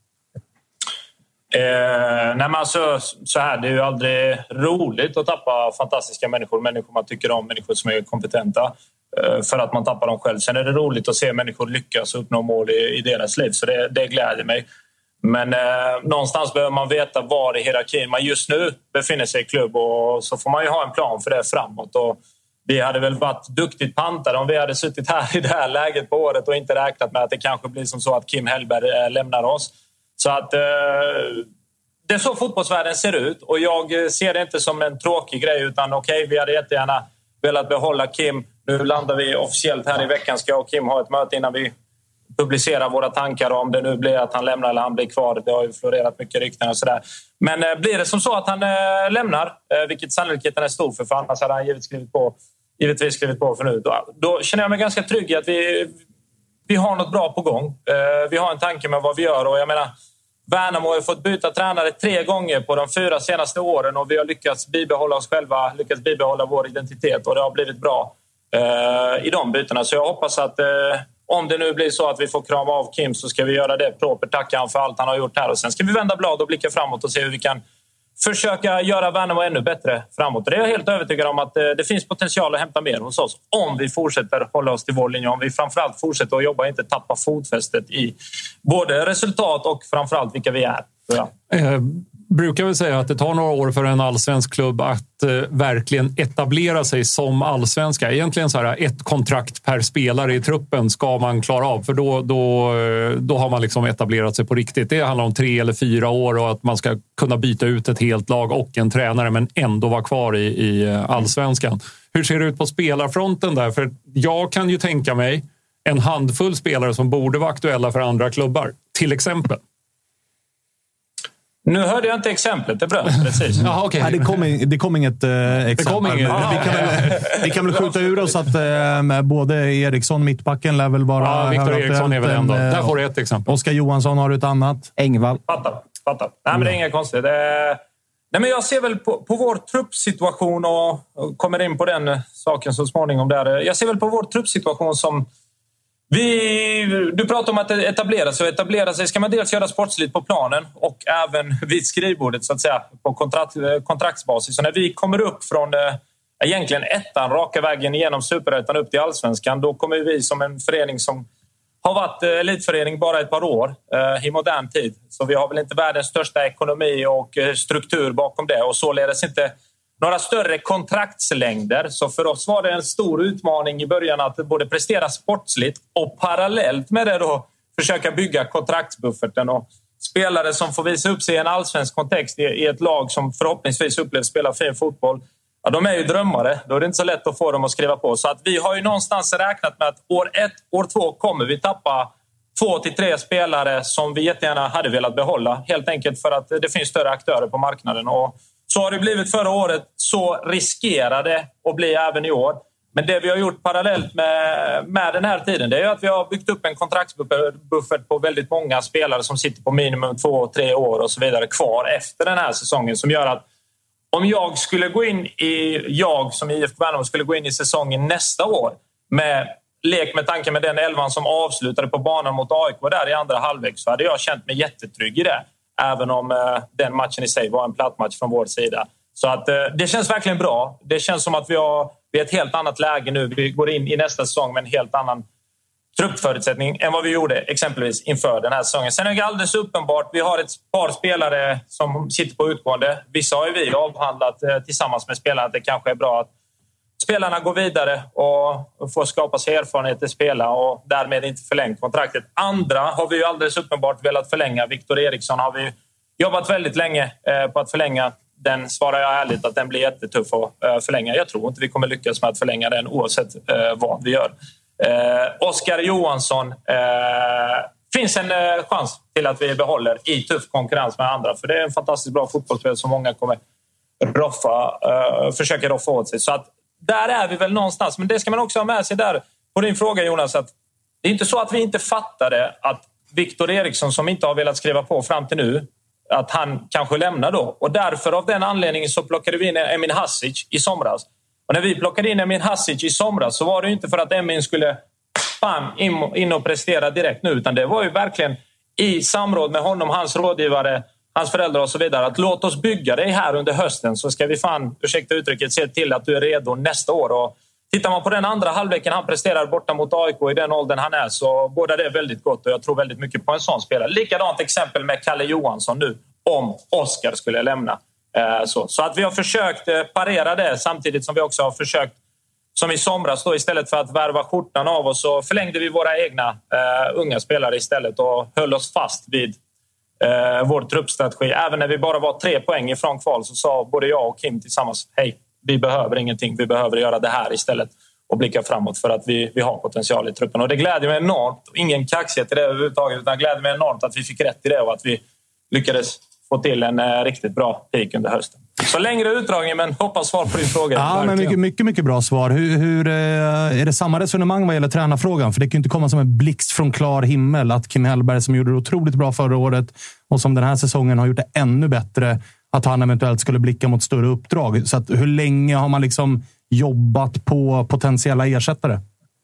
Eh, nej men alltså, så här, det är ju aldrig roligt att tappa fantastiska människor, människor man tycker om, människor som är kompetenta, eh, för att man tappar dem själv. Sen är det roligt att se människor lyckas och uppnå mål i, i deras liv, så det, det gläder mig. Men eh, någonstans behöver man veta var i hierarkin man just nu befinner sig i klubb, och så får man ju ha en plan för det framåt. Och vi hade väl varit duktigt pantade om vi hade suttit här i det här läget på året och inte räknat med att det kanske blir som så att Kim Hellberg eh, lämnar oss. Så att eh, det är så fotbollsvärlden ser ut, och jag ser det inte som en tråkig grej, utan okej, okay, vi hade jättegärna velat behålla Kim. Nu landar vi officiellt här i veckan. Ska jag och Kim ha ett möte innan vi publicerar våra tankar, om det nu blir att han lämnar eller han blir kvar. Det har ju florerat mycket rykten och sådär. Men eh, blir det som så att han eh, lämnar, eh, vilket sannolikheten är stor för, för annars hade han givetvis skrivit på, givetvis skrivit på för nu. Då, då känner jag mig ganska trygg i att vi, vi har något bra på gång. Eh, vi har en tanke med vad vi gör, och jag menar, Värnamo har fått byta tränare tre gånger på de fyra senaste åren, och vi har lyckats bibehålla oss själva, lyckats bibehålla vår identitet, och det har blivit bra eh, i de bytena. Så jag hoppas att eh, om det nu blir så att vi får krama av Kim, så ska vi göra det proper, tacka han för allt han har gjort här, och sen ska vi vända blad och blicka framåt och se hur vi kan försöka göra Värnamo ännu bättre framåt. Det är jag helt övertygad om, att det finns potential att hämta mer hos oss om vi fortsätter hålla oss till vår linje, om vi framförallt fortsätter att jobba och inte tappa fotfästet i både resultat och framförallt vilka vi är. Ja. Eh, brukar väl säga att det tar några år för en allsvensk klubb att eh, verkligen etablera sig som allsvenska. Egentligen så här, ett kontrakt per spelare i truppen ska man klara av, för då, då, då har man liksom etablerat sig på riktigt. Det handlar om tre eller fyra år, och att man ska kunna byta ut ett helt lag och en tränare, men ändå vara kvar i, i allsvenskan. Hur ser det ut på spelarfronten där? För jag kan ju tänka mig en handfull spelare som borde vara aktuella för andra klubbar, till exempel. Nu hörde jag inte exemplet, det bröt precis. Jaha, okay. Nej, det, kom, det kom inget eh, exempel. Kom inget. Ah, vi, kan väl, vi kan väl skjuta ur oss att eh, både Eriksson, mittbacken, lär väl vara... Ja, Victor Eriksson är väl ändå. Där får du ett exempel. Oskar Johansson har du ett annat. Engvall. Fattar, fattar. Nej, men det är inget konstigt. Det... Nej, men jag ser väl på, på vår truppsituation, och, och kommer in på den saken så småningom där. Jag ser väl på vår truppsituation som... Vi, du pratar om att etablera sig. Och etablera sig ska man dels göra sportsligt på planen och även vid skrivbordet, så att säga, på kontrakt, kontraktsbasis. Så när vi kommer upp från eh, egentligen ettan raka vägen genom Superettan upp till Allsvenskan, då kommer vi som en förening som har varit eh, elitförening bara ett par år eh, i modern tid. Så vi har väl inte världens största ekonomi och eh, struktur bakom det, och således inte några större kontraktslängder. Så för oss var det en stor utmaning i början att både prestera sportsligt och parallellt med det då försöka bygga kontraktsbufferten. Och spelare som får visa upp sig i en allsvensk kontext i ett lag som förhoppningsvis upplevs spela fin fotboll, ja, de är ju drömmare. Då är det inte så lätt att få dem att skriva på. Så att vi har ju någonstans räknat med att år ett, år två kommer vi tappa två till tre spelare som vi jättegärna hade velat behålla. Helt enkelt för att det finns större aktörer på marknaden. Och Så har det blivit förra året, så riskerade att bli även i år. Men det vi har gjort parallellt med, med den här tiden, det är ju att vi har byggt upp en kontraktsbuffert på väldigt många spelare som sitter på minimum två, tre år och så vidare kvar efter den här säsongen, som gör att om jag skulle gå in i, jag som I F K Värnamo skulle gå in i säsongen nästa år med lek med tanken med den elvan som avslutade på banan mot A I K där i andra halvlek, så hade jag känt mig jättetrygg i det. Även om eh, den matchen i sig var en platt match från vår sida. Så att eh, det känns verkligen bra. Det känns som att vi har vi är ett helt annat läge nu. Vi går in i nästa säsong med en helt annan truppförutsättning än vad vi gjorde exempelvis inför den här säsongen. Sen är det alldeles uppenbart, vi har ett par spelare som sitter på utgående. Vissa har ju vi avhandlat eh, tillsammans med spelarna att det kanske är bra att spelarna går vidare och får skapa sig erfarenhet att spela och därmed inte förlängt kontraktet. Andra har vi ju alldeles uppenbart velat förlänga. Viktor Eriksson har vi jobbat väldigt länge på att förlänga. Den svarar jag ärligt att den blir jättetuff att förlänga. Jag tror inte vi kommer lyckas med att förlänga den oavsett vad vi gör. Oskar Johansson, finns en chans till att vi behåller i tuff konkurrens med andra. För det är en fantastiskt bra fotbollsspelare som många kommer roffa, försöka roffa åt sig. Så att där är vi väl någonstans. Men det ska man också ha med sig där på din fråga, Jonas. Att det är inte så att vi inte fattade att Viktor Eriksson, som inte har velat skriva på fram till nu, att han kanske lämnar då. Och därför av den anledningen så plockade vi in Emin Hasic i somras. Och när vi plockade in Emin Hasic i somras så var det inte för att Emin skulle bam, in, in och prestera direkt nu. Utan det var ju verkligen i samråd med honom, hans rådgivare, hans föräldrar och så vidare, att låt oss bygga dig här under hösten, så ska vi fan, ursäkta uttrycket, se till att du är redo nästa år. Och tittar man på den andra halvleken han presterar borta mot A I K i den åldern han är, så båda det är väldigt gott och jag tror väldigt mycket på en sån spelare. Likadant exempel med Kalle Johansson nu, om Oskar skulle lämna. Så, så att vi har försökt parera det samtidigt som vi också har försökt, som i somras då, istället för att värva skjortan av oss, så förlängde vi våra egna uh, unga spelare istället och höll oss fast vid Uh, vår truppstrategi. Även när vi bara var tre poäng ifrån kval så sa både jag och Kim tillsammans, hej, vi behöver ingenting, vi behöver göra det här istället och blicka framåt för att vi, vi har potential i truppen. Och det gläder mig enormt, ingen kaxighet i det överhuvudtaget, utan det gläder mig enormt att vi fick rätt i det och att vi lyckades få till en uh, riktigt bra peak under hösten. Så längre utdragning, men hoppas svar på din fråga. Ja, men mycket, mycket, mycket bra svar. Hur, hur, är det samma resonemang vad gäller tränarfrågan? För det kan ju inte komma som en blixt från klar himmel att Kim Hellberg, som gjorde det otroligt bra förra året och som den här säsongen har gjort det ännu bättre, att han eventuellt skulle blicka mot större uppdrag. Så att, hur länge har man liksom jobbat på potentiella ersättare?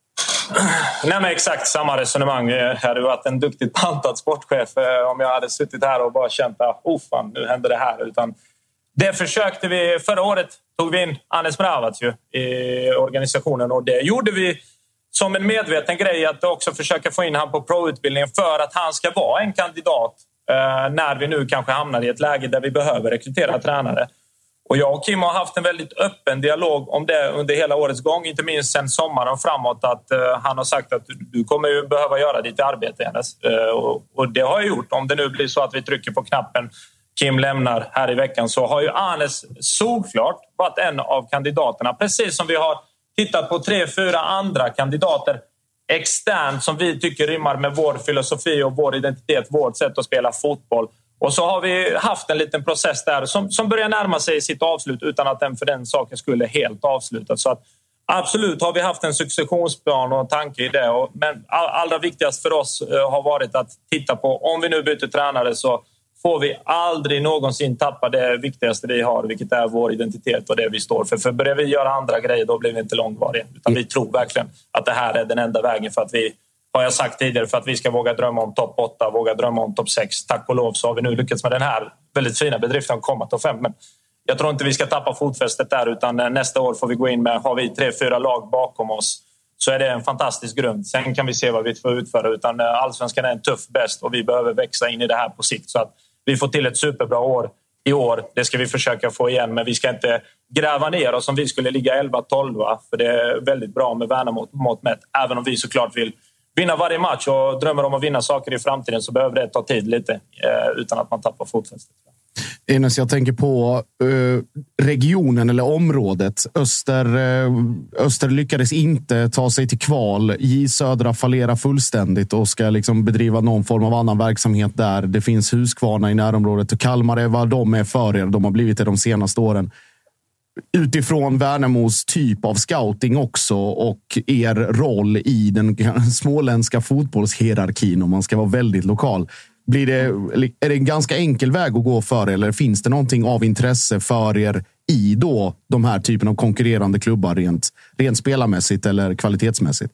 Nej, men exakt samma resonemang. Jag hade varit en duktigt pantad sportchef om jag hade suttit här och bara känt att oh fan, nu händer det här. Utan det försökte vi. Förra året tog vi in Anes Mravac ju i organisationen och det gjorde vi som en medveten grej att också försöka få in han på pro-utbildningen för att han ska vara en kandidat eh, när vi nu kanske hamnar i ett läge där vi behöver rekrytera tränare. Och jag och Kim har haft en väldigt öppen dialog om det under hela årets gång, inte minst sen sommaren framåt, att uh, han har sagt att du kommer ju behöva göra ditt arbete, Enes. Uh, och, och det har jag gjort. Om det nu blir så att vi trycker på knappen, Kim lämnar här i veckan, så har ju Anes solklart varit en av kandidaterna. Precis som vi har tittat på tre, fyra andra kandidater externt som vi tycker rimmar med vår filosofi och vår identitet, vårt sätt att spela fotboll. Och så har vi haft en liten process där som, som börjar närma sig sitt avslut utan att den för den saken skulle helt avslutas. Så att absolut har vi haft en successionsplan och en tanke i det. Och, men all, allra viktigast för oss uh, har varit att titta på, om vi nu byter tränare så får vi aldrig någonsin tappa det viktigaste vi har, vilket är vår identitet och det vi står för. För börjar vi göra andra grejer, då blir vi inte långvariga. Utan vi tror verkligen att det här är den enda vägen för att vi, har jag sagt tidigare, för att vi ska våga drömma om topp åtta, våga drömma om topp sex. Tack och lov så har vi nu lyckats med den här väldigt fina bedriften att komma topp fem. Men jag tror inte vi ska tappa fotfästet där, utan nästa år får vi gå in med, har vi tre, fyra lag bakom oss, så är det en fantastisk grund. Sen kan vi se vad vi får utföra, utan Allsvenskan är en tuff bäst och vi behöver växa in i det här på sikt. Så att vi får till ett superbra år i år. Det ska vi försöka få igen, men vi ska inte gräva ner oss om vi skulle ligga elva tolv, för det är väldigt bra med Värnamo mot mätt. Även om vi såklart vill vinna varje match och drömmer om att vinna saker i framtiden, så behöver det ta tid lite eh, utan att man tappar fotfästet. Enes, jag tänker på uh, regionen eller området. Öster, uh, Öster lyckades inte ta sig till kval. J Södra fallerar fullständigt och ska liksom bedriva någon form av annan verksamhet där. Det finns Huskvarna i närområdet och Kalmar är vad de är för er. De har blivit det de senaste åren. Utifrån Värnamos typ av scouting också och er roll i den småländska fotbollshierarkin, om man ska vara väldigt lokal. Blir det, är det en ganska enkel väg att gå för, eller finns det någonting av intresse för er i då de här typen av konkurrerande klubbar rent, rent spelarmässigt eller kvalitetsmässigt?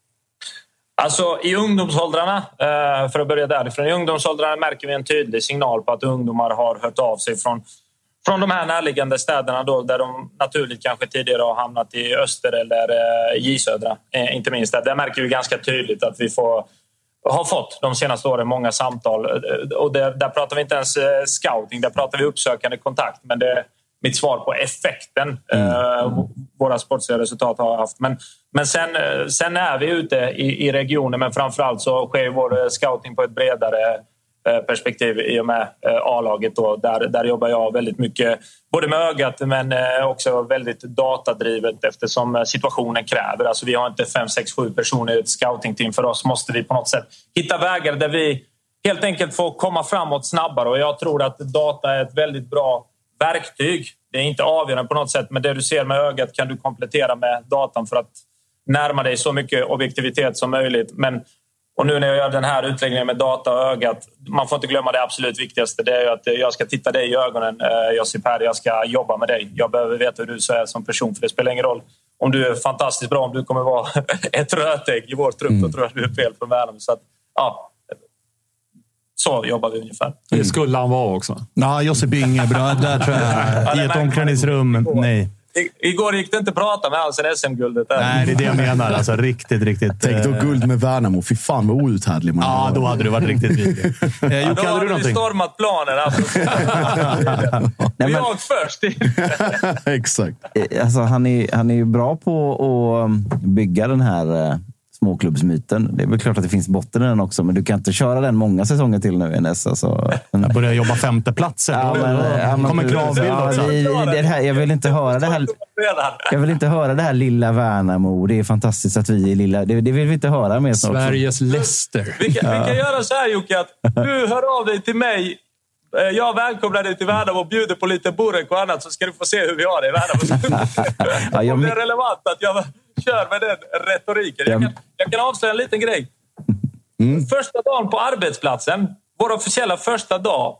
Alltså i ungdomsåldrarna, för att börja därifrån, i ungdomsåldrarna märker vi en tydlig signal på att ungdomar har hört av sig från, från de här närliggande städerna då, där de naturligt kanske tidigare har hamnat i Öster eller J Södra, inte minst. Där, där märker vi ganska tydligt att vi får har fått de senaste åren många samtal. Och där, där pratar vi inte ens scouting, där pratar vi uppsökande kontakt. Men det är mitt svar på effekten mm. eh, våra sportsliga resultat har haft. Men, men sen, sen är vi ute i, i regionen, men framförallt så sker vår scouting på ett bredare eh, perspektiv i och med eh, A-laget. Då. Där, där jobbar jag väldigt mycket, både med ögat men eh, också väldigt datadrivet eftersom situationen kräver. Alltså vi har inte fem, sex, sju personer i ett scoutingteam. För oss måste vi på något sätt hitta vägar där vi helt enkelt får komma framåt snabbare. Och jag tror att data är ett väldigt bra verktyg. Det är inte avgörande på något sätt, men det du ser med ögat kan du komplettera med datan för att närma dig så mycket objektivitet som möjligt. Men, och nu när jag gör den här utläggningen med data och ögat, man får inte glömma det absolut viktigaste. Det är ju att jag ska titta dig i ögonen. Josip här, jag ska jobba med dig. Jag behöver veta hur du är som person, för det spelar ingen roll om du är fantastiskt bra, om du kommer vara ett rötägg i vår trupp, mm. då tror jag du är fel från världen. Så att, ja, så jobbar vi ungefär. Det skulle han vara också. Ja, Josip Inge, bra. Där tror jag. I ett omklädningsrum, nej. I, igår gick det inte att prata med alls en S M-guldet. Där. Nej, det är det jag menar. Alltså, riktigt, riktigt. Tänk då guld med Värnamo. Fy fan vad outhärdlig man Ja, var. då hade du varit riktigt vidrig. Eh, ja, Jocke, då hade du hade vi stormat planen. Alltså. Nej, men... Jag först. Exakt. Alltså, han, är, han är ju bra på att bygga den här eh, småklubbsmyten. Det är väl klart att det finns botten i den också, men du kan inte köra den många säsonger till nu, Enes. Alltså, jag börjar jobba femteplatser. Ja, men, ja, men, kommer kravbild ja, också. Vi, det här, jag vill inte höra det här. Jag vill inte höra det här lilla Värnamo. Det är fantastiskt att vi är lilla. Det, det vill vi inte höra mer. Sveriges Leicester. Vi kan, vi kan göra så här, Jocke, att du hör av dig till mig. Jag välkomnar dig till Värnamo och bjuder på lite burek och annat, så ska du få se hur vi har det i Värnamo. ja, jag... Om det är relevant att jag kör med den retoriken. Jag kan, jag kan avslöja en liten grej. Mm. Första dagen på arbetsplatsen, vår officiella första dag,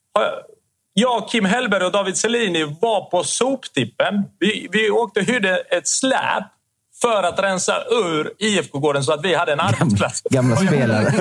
jag, Kim Hellberg och David Selini var på soptippen. Vi, vi åkte och hyrde ett släp för att rensa ur I F K-gården så att vi hade en arbetsplats. Gamla spelare.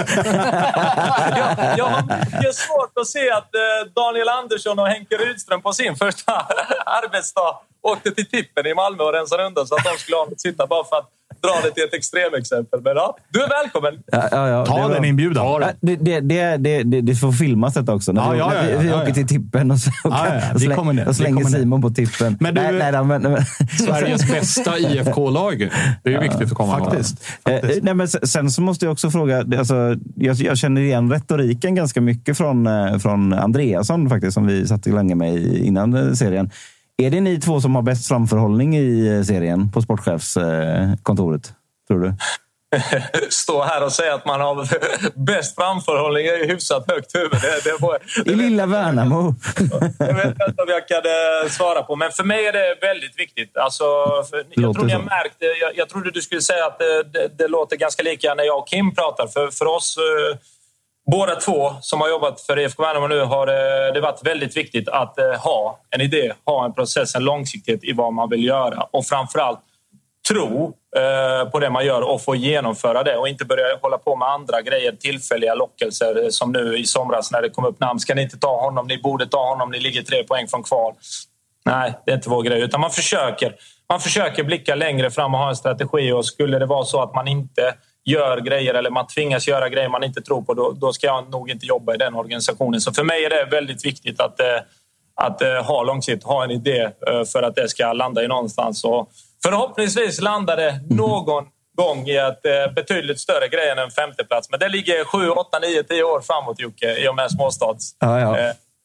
jag, jag har mycket svårt att se att eh, Daniel Andersson och Henke Rydström på sin första arbetsdag åkte till tippen i Malmö och rensade undan så att de skulle ha något sitta, bara för att dra det till ett extremexempel. Men ja, du är välkommen. Ja, ja, ja, Ta den inbjudan. Ja, det, det, det, det, det får filmas detta också. När ja, vi, ja, ja, vi, vi ja, ja, åker till tippen och, så, och, ja, ja, och, släng, och slänger Simon på tippen. Men du, nej, nej, men, men, Sveriges bästa I F K-lag. Det är ju viktigt att komma ihåg. Faktiskt. faktiskt. Eh, nej, men sen så måste jag också fråga, alltså, jag, jag känner igen retoriken ganska mycket från, från Andreasson faktiskt, som vi satt länge med innan serien. Är det ni två som har bäst framförhållning i serien på sportchefskontoret, tror du? Stå här och säga att man har bäst framförhållning är ju hyfsat högt huvud. Det, det var, det I lilla Värnamo. Jag vet inte om jag kan svara på, men för mig är det väldigt viktigt. Alltså, för, jag tror jag märkte, jag, jag trodde du skulle säga att det, det, det låter ganska lika när jag och Kim pratar. För, för oss, eh, båda två som har jobbat för I F K Värnamo nu, har eh, det varit väldigt viktigt att eh, ha en idé, ha en process, en långsiktighet i vad man vill göra. Och framförallt tro eh, på det man gör och få genomföra det och inte börja hålla på med andra grejer, tillfälliga lockelser som nu i somras när det kom upp namn. Ska ni inte ta honom? Ni borde ta honom. Ni ligger tre poäng från kval. Nej, det är inte vår grej. Utan man försöker, man försöker blicka längre fram och ha en strategi, och skulle det vara så att man inte gör grejer eller man tvingas göra grejer man inte tror på, då, då ska jag nog inte jobba i den organisationen. Så för mig är det väldigt viktigt att, eh, att eh, ha långsiktigt, ha en idé eh, för att det ska landa i någonstans. Och förhoppningsvis landar det någon gång i ett eh, betydligt större grej än en femteplats. Men det ligger sju, åtta, nio, tio år framåt, Jocke, i och med småstads. Ja, ja. Eh,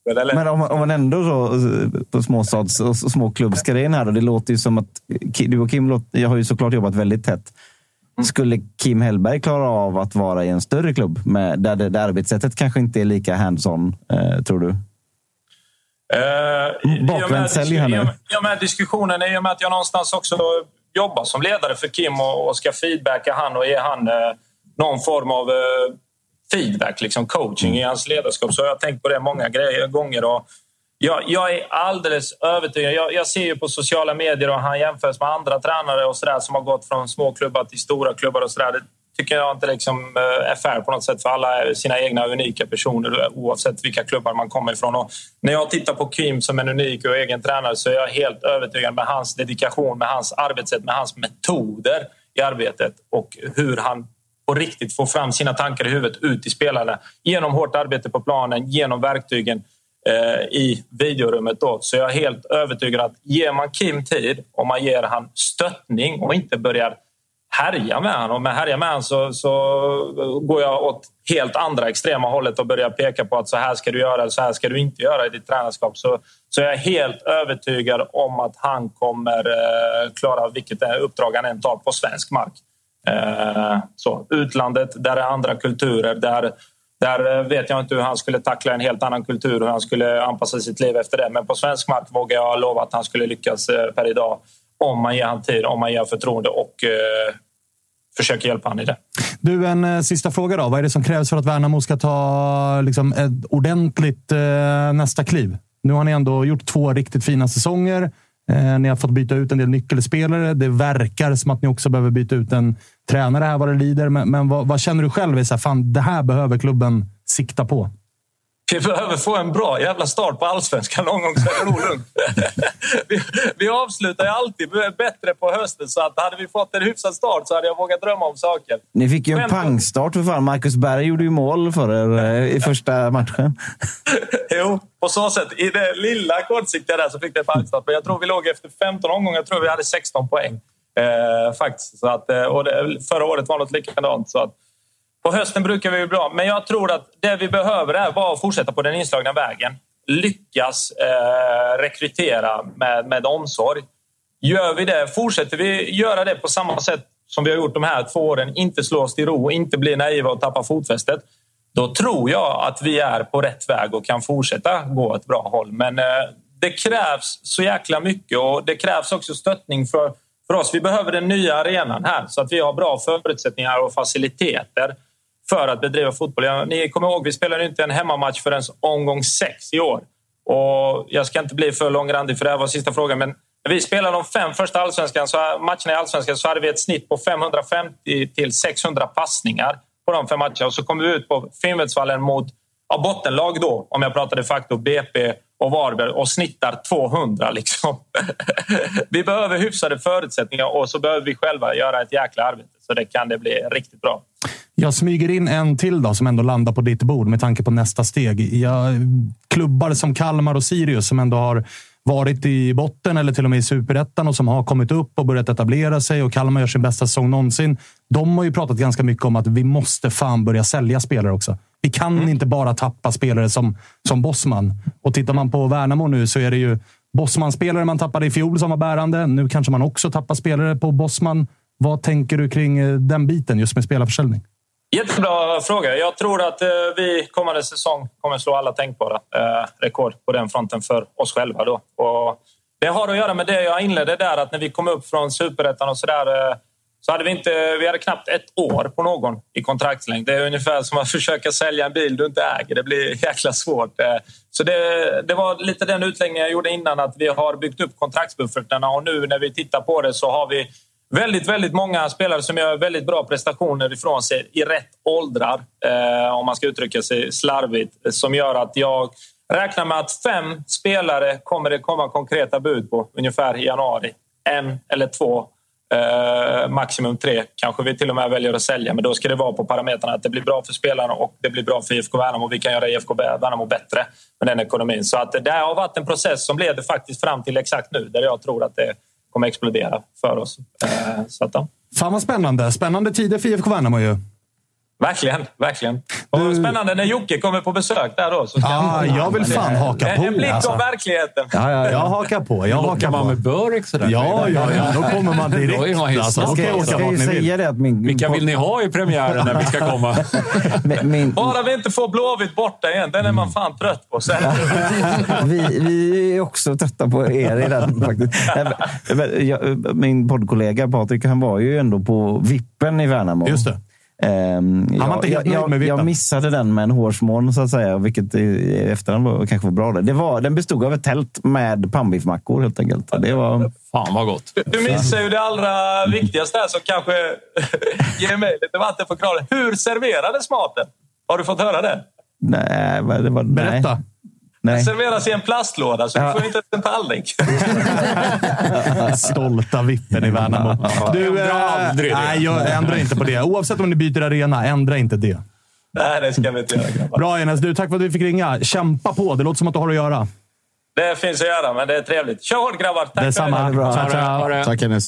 Eller? Men om, om man ändå så, på småstads och små klubbsgrejen här då, det låter ju som att du och Kim, jag har ju såklart jobbat väldigt tätt. Skulle Kim Hellberg klara av att vara i en större klubb med, där det där arbetssättet kanske inte är lika hands-on, eh, tror du? Uh, Bakvänt sälj här nu. Jag med diskussionen är ju med att jag någonstans också jobbar som ledare för Kim och, och ska feedbacka han och ge han uh, någon form av uh, feedback, liksom coaching mm. i hans ledarskap. Så jag har tänkt på det många grejer, gånger och jag, jag är alldeles övertygad. Jag, jag ser ju på sociala medier och han jämförs med andra tränare och sådär som har gått från små klubbar till stora klubbar och sådär. Det tycker jag inte liksom är fair på något sätt, för alla är sina egna unika personer oavsett vilka klubbar man kommer ifrån. Och när jag tittar på Kim som en unik och egen tränare så är jag helt övertygad med hans dedikation, med hans arbetssätt, med hans metoder i arbetet och hur han på riktigt får fram sina tankar i huvudet ut i spelarna genom hårt arbete på planen, genom verktygen i videorummet då. Så jag är helt övertygad att ger man Kim tid och man ger han stöttning och inte börjar härja med han och med härja med han så, så går jag åt helt andra extrema hållet och börjar peka på att så här ska du göra eller så här ska du inte göra i ditt tränarskap. Så, så jag är helt övertygad om att han kommer eh, klara vilket uppdrag han än tar på svensk mark. Eh, så, utlandet, där är andra kulturer, där Där vet jag inte hur han skulle tackla en helt annan kultur, hur han skulle anpassa sitt liv efter det. Men på svensk mark vågar jag lova att han skulle lyckas per idag om man ger han tid, om man ger förtroende och eh, försöker hjälpa han i det. Du, en eh, sista fråga då. Vad är det som krävs för att Värnamo ska ta liksom, ett ordentligt eh, nästa kliv? Nu har ni ändå gjort två riktigt fina säsonger. Eh, ni har fått byta ut en del nyckelspelare. Det verkar som att ni också behöver byta ut en tränare här vad det lider. Men, men vad, vad känner du själv? Så här, fan, det här behöver klubben sikta på. Vi behöver få en bra jävla start på Allsvenskan någon gång så är det nog lugnt. vi, vi avslutar ju alltid bättre på hösten, så att hade vi fått en hyfsad start så hade jag vågat drömma om saker. Ni fick ju en Men... pangstart för fan. Marcus Berg gjorde ju mål för er i första matchen. Jo, på så sätt. I det lilla kortsiktiga där så fick det en pangstart. Men jag tror vi låg efter femton omgångar. Jag tror vi hade sexton poäng. Eh, faktiskt. Så att, och det, förra året var något likadant. Så att på hösten brukar vi ju bra. Men jag tror att det vi behöver är bara att fortsätta på den inslagna vägen. Lyckas eh, rekrytera med, med omsorg. Gör vi det, fortsätter vi göra det på samma sätt som vi har gjort de här två åren. Inte slå oss till ro, inte bli naiva och tappa fotfästet. Då tror jag att vi är på rätt väg och kan fortsätta gå ett bra håll. Men eh, det krävs så jäkla mycket och det krävs också stöttning för, för oss. Vi behöver den nya arenan här så att vi har bra förutsättningar och faciliteter för att bedriva fotboll. Ni kommer ihåg, vi spelade inte en hemmamatch förrän omgång sex i år. Och jag ska inte bli för långrandig för det här var sista frågan. Men när vi spelade de fem första allsvenskan, så matcherna i allsvenskan, så hade vi ett snitt på femhundrafemtio till sexhundra passningar på de fem matcherna. Och så kom vi ut på Finnvedsvallen mot ja, bottenlag då, om jag pratar de facto B P och Varberg, och snittar tvåhundra liksom. Vi behöver hyfsade förutsättningar och så behöver vi själva göra ett jäkla arbete. Så det kan det bli riktigt bra. Jag smyger in en till då som ändå landar på ditt bord med tanke på nästa steg. Jag, klubbar som Kalmar och Sirius som ändå har varit i botten eller till och med i superettan och som har kommit upp och börjat etablera sig, och Kalmar gör sin bästa säsong någonsin. De har ju pratat ganska mycket om att vi måste fan börja sälja spelare också. Vi kan mm. inte bara tappa spelare som, som Bosman. Och tittar man på Värnamo nu så är det ju Bosman-spelare man tappade i fjol som var bärande. Nu kanske man också tappar spelare på Bosman. Vad tänker du kring den biten just med spelarförsäljning? Jättebra fråga. Jag tror att eh, vi kommande säsong kommer slå alla tänkbara eh, rekord på den fronten för oss själva då. Och det har att göra med det jag inledde där, att när vi kom upp från superettan och sådär eh, så hade vi inte, vi hade knappt ett år på någon i kontraktslängd. Det är ungefär som att försöka sälja en bil du inte äger. Det blir jäkla svårt. Eh, så det, det var lite den utläggningen jag gjorde innan, att vi har byggt upp kontraktsbuffertarna, och nu när vi tittar på det så har vi Väldigt, väldigt många spelare som gör väldigt bra prestationer ifrån sig i rätt åldrar, eh, om man ska uttrycka sig slarvigt, som gör att jag räknar med att fem spelare kommer det komma konkreta bud på ungefär i januari. En eller två, eh, maximum tre. Kanske vi till och med väljer att sälja, men då ska det vara på parametrarna att det blir bra för spelarna och det blir bra för I F K Värnamo. Vi kan göra I F K Värnamo bättre med den ekonomin. Så att det har varit en process som leder faktiskt fram till exakt nu, där jag tror att det kommer explodera för oss. Så att, ja. Fan vad spännande. Spännande tider för I F K Värnamo ju. Verkligen, verkligen. Och du... spännande när Jocke kommer på besök där då. Så ska ah, han... jag vill fan haka på. En blick alltså. om verkligheten. Ja, ja, jag hakar på. Jag hakar man på. med Börek sådär. Ja, ja, ja. Då kommer man direkt. Då är man alltså, ska okay, jag, ska jag säga det att min... Vilka vill ni ha i premiären när vi ska komma? min... Bara vi inte får Blåvitt borta igen. Den är man fan trött på. vi, vi är också trötta på er i den faktiskt. Jag, min poddkollega Patrik, han var ju ändå på vippen i Värnamo. Just det. Um, jag, jag, jag, jag missade den med en hårsmån så att säga, vilket i efterhand var, kanske var bra. Det var, den bestod av ett tält med pannbiffmackor helt enkelt. Det var... Fan vad gott. Du, du missar ju det allra viktigaste här som kanske ger mig lite vatten för kranen. Hur serverades maten? Har du fått höra det? Nej, det var... Berätta. Nej. Nej. Den serveras i en plastlåda så ja. Du får inte en tallrik. Stolta vippen i Värnamo. Du, äh, nej, jag ändrar inte på det. Oavsett om ni byter arena, ändra inte det. Nej, det ska vi inte göra, grabbar. Bra, Enes. Du, tack för att vi fick ringa. Kämpa på. Det låter som att du har att göra. Det finns att göra, men det är trevligt. Kör hårt, grabbar. Tack. Det är samma. Bra. Tack, tack. Tack, Enes.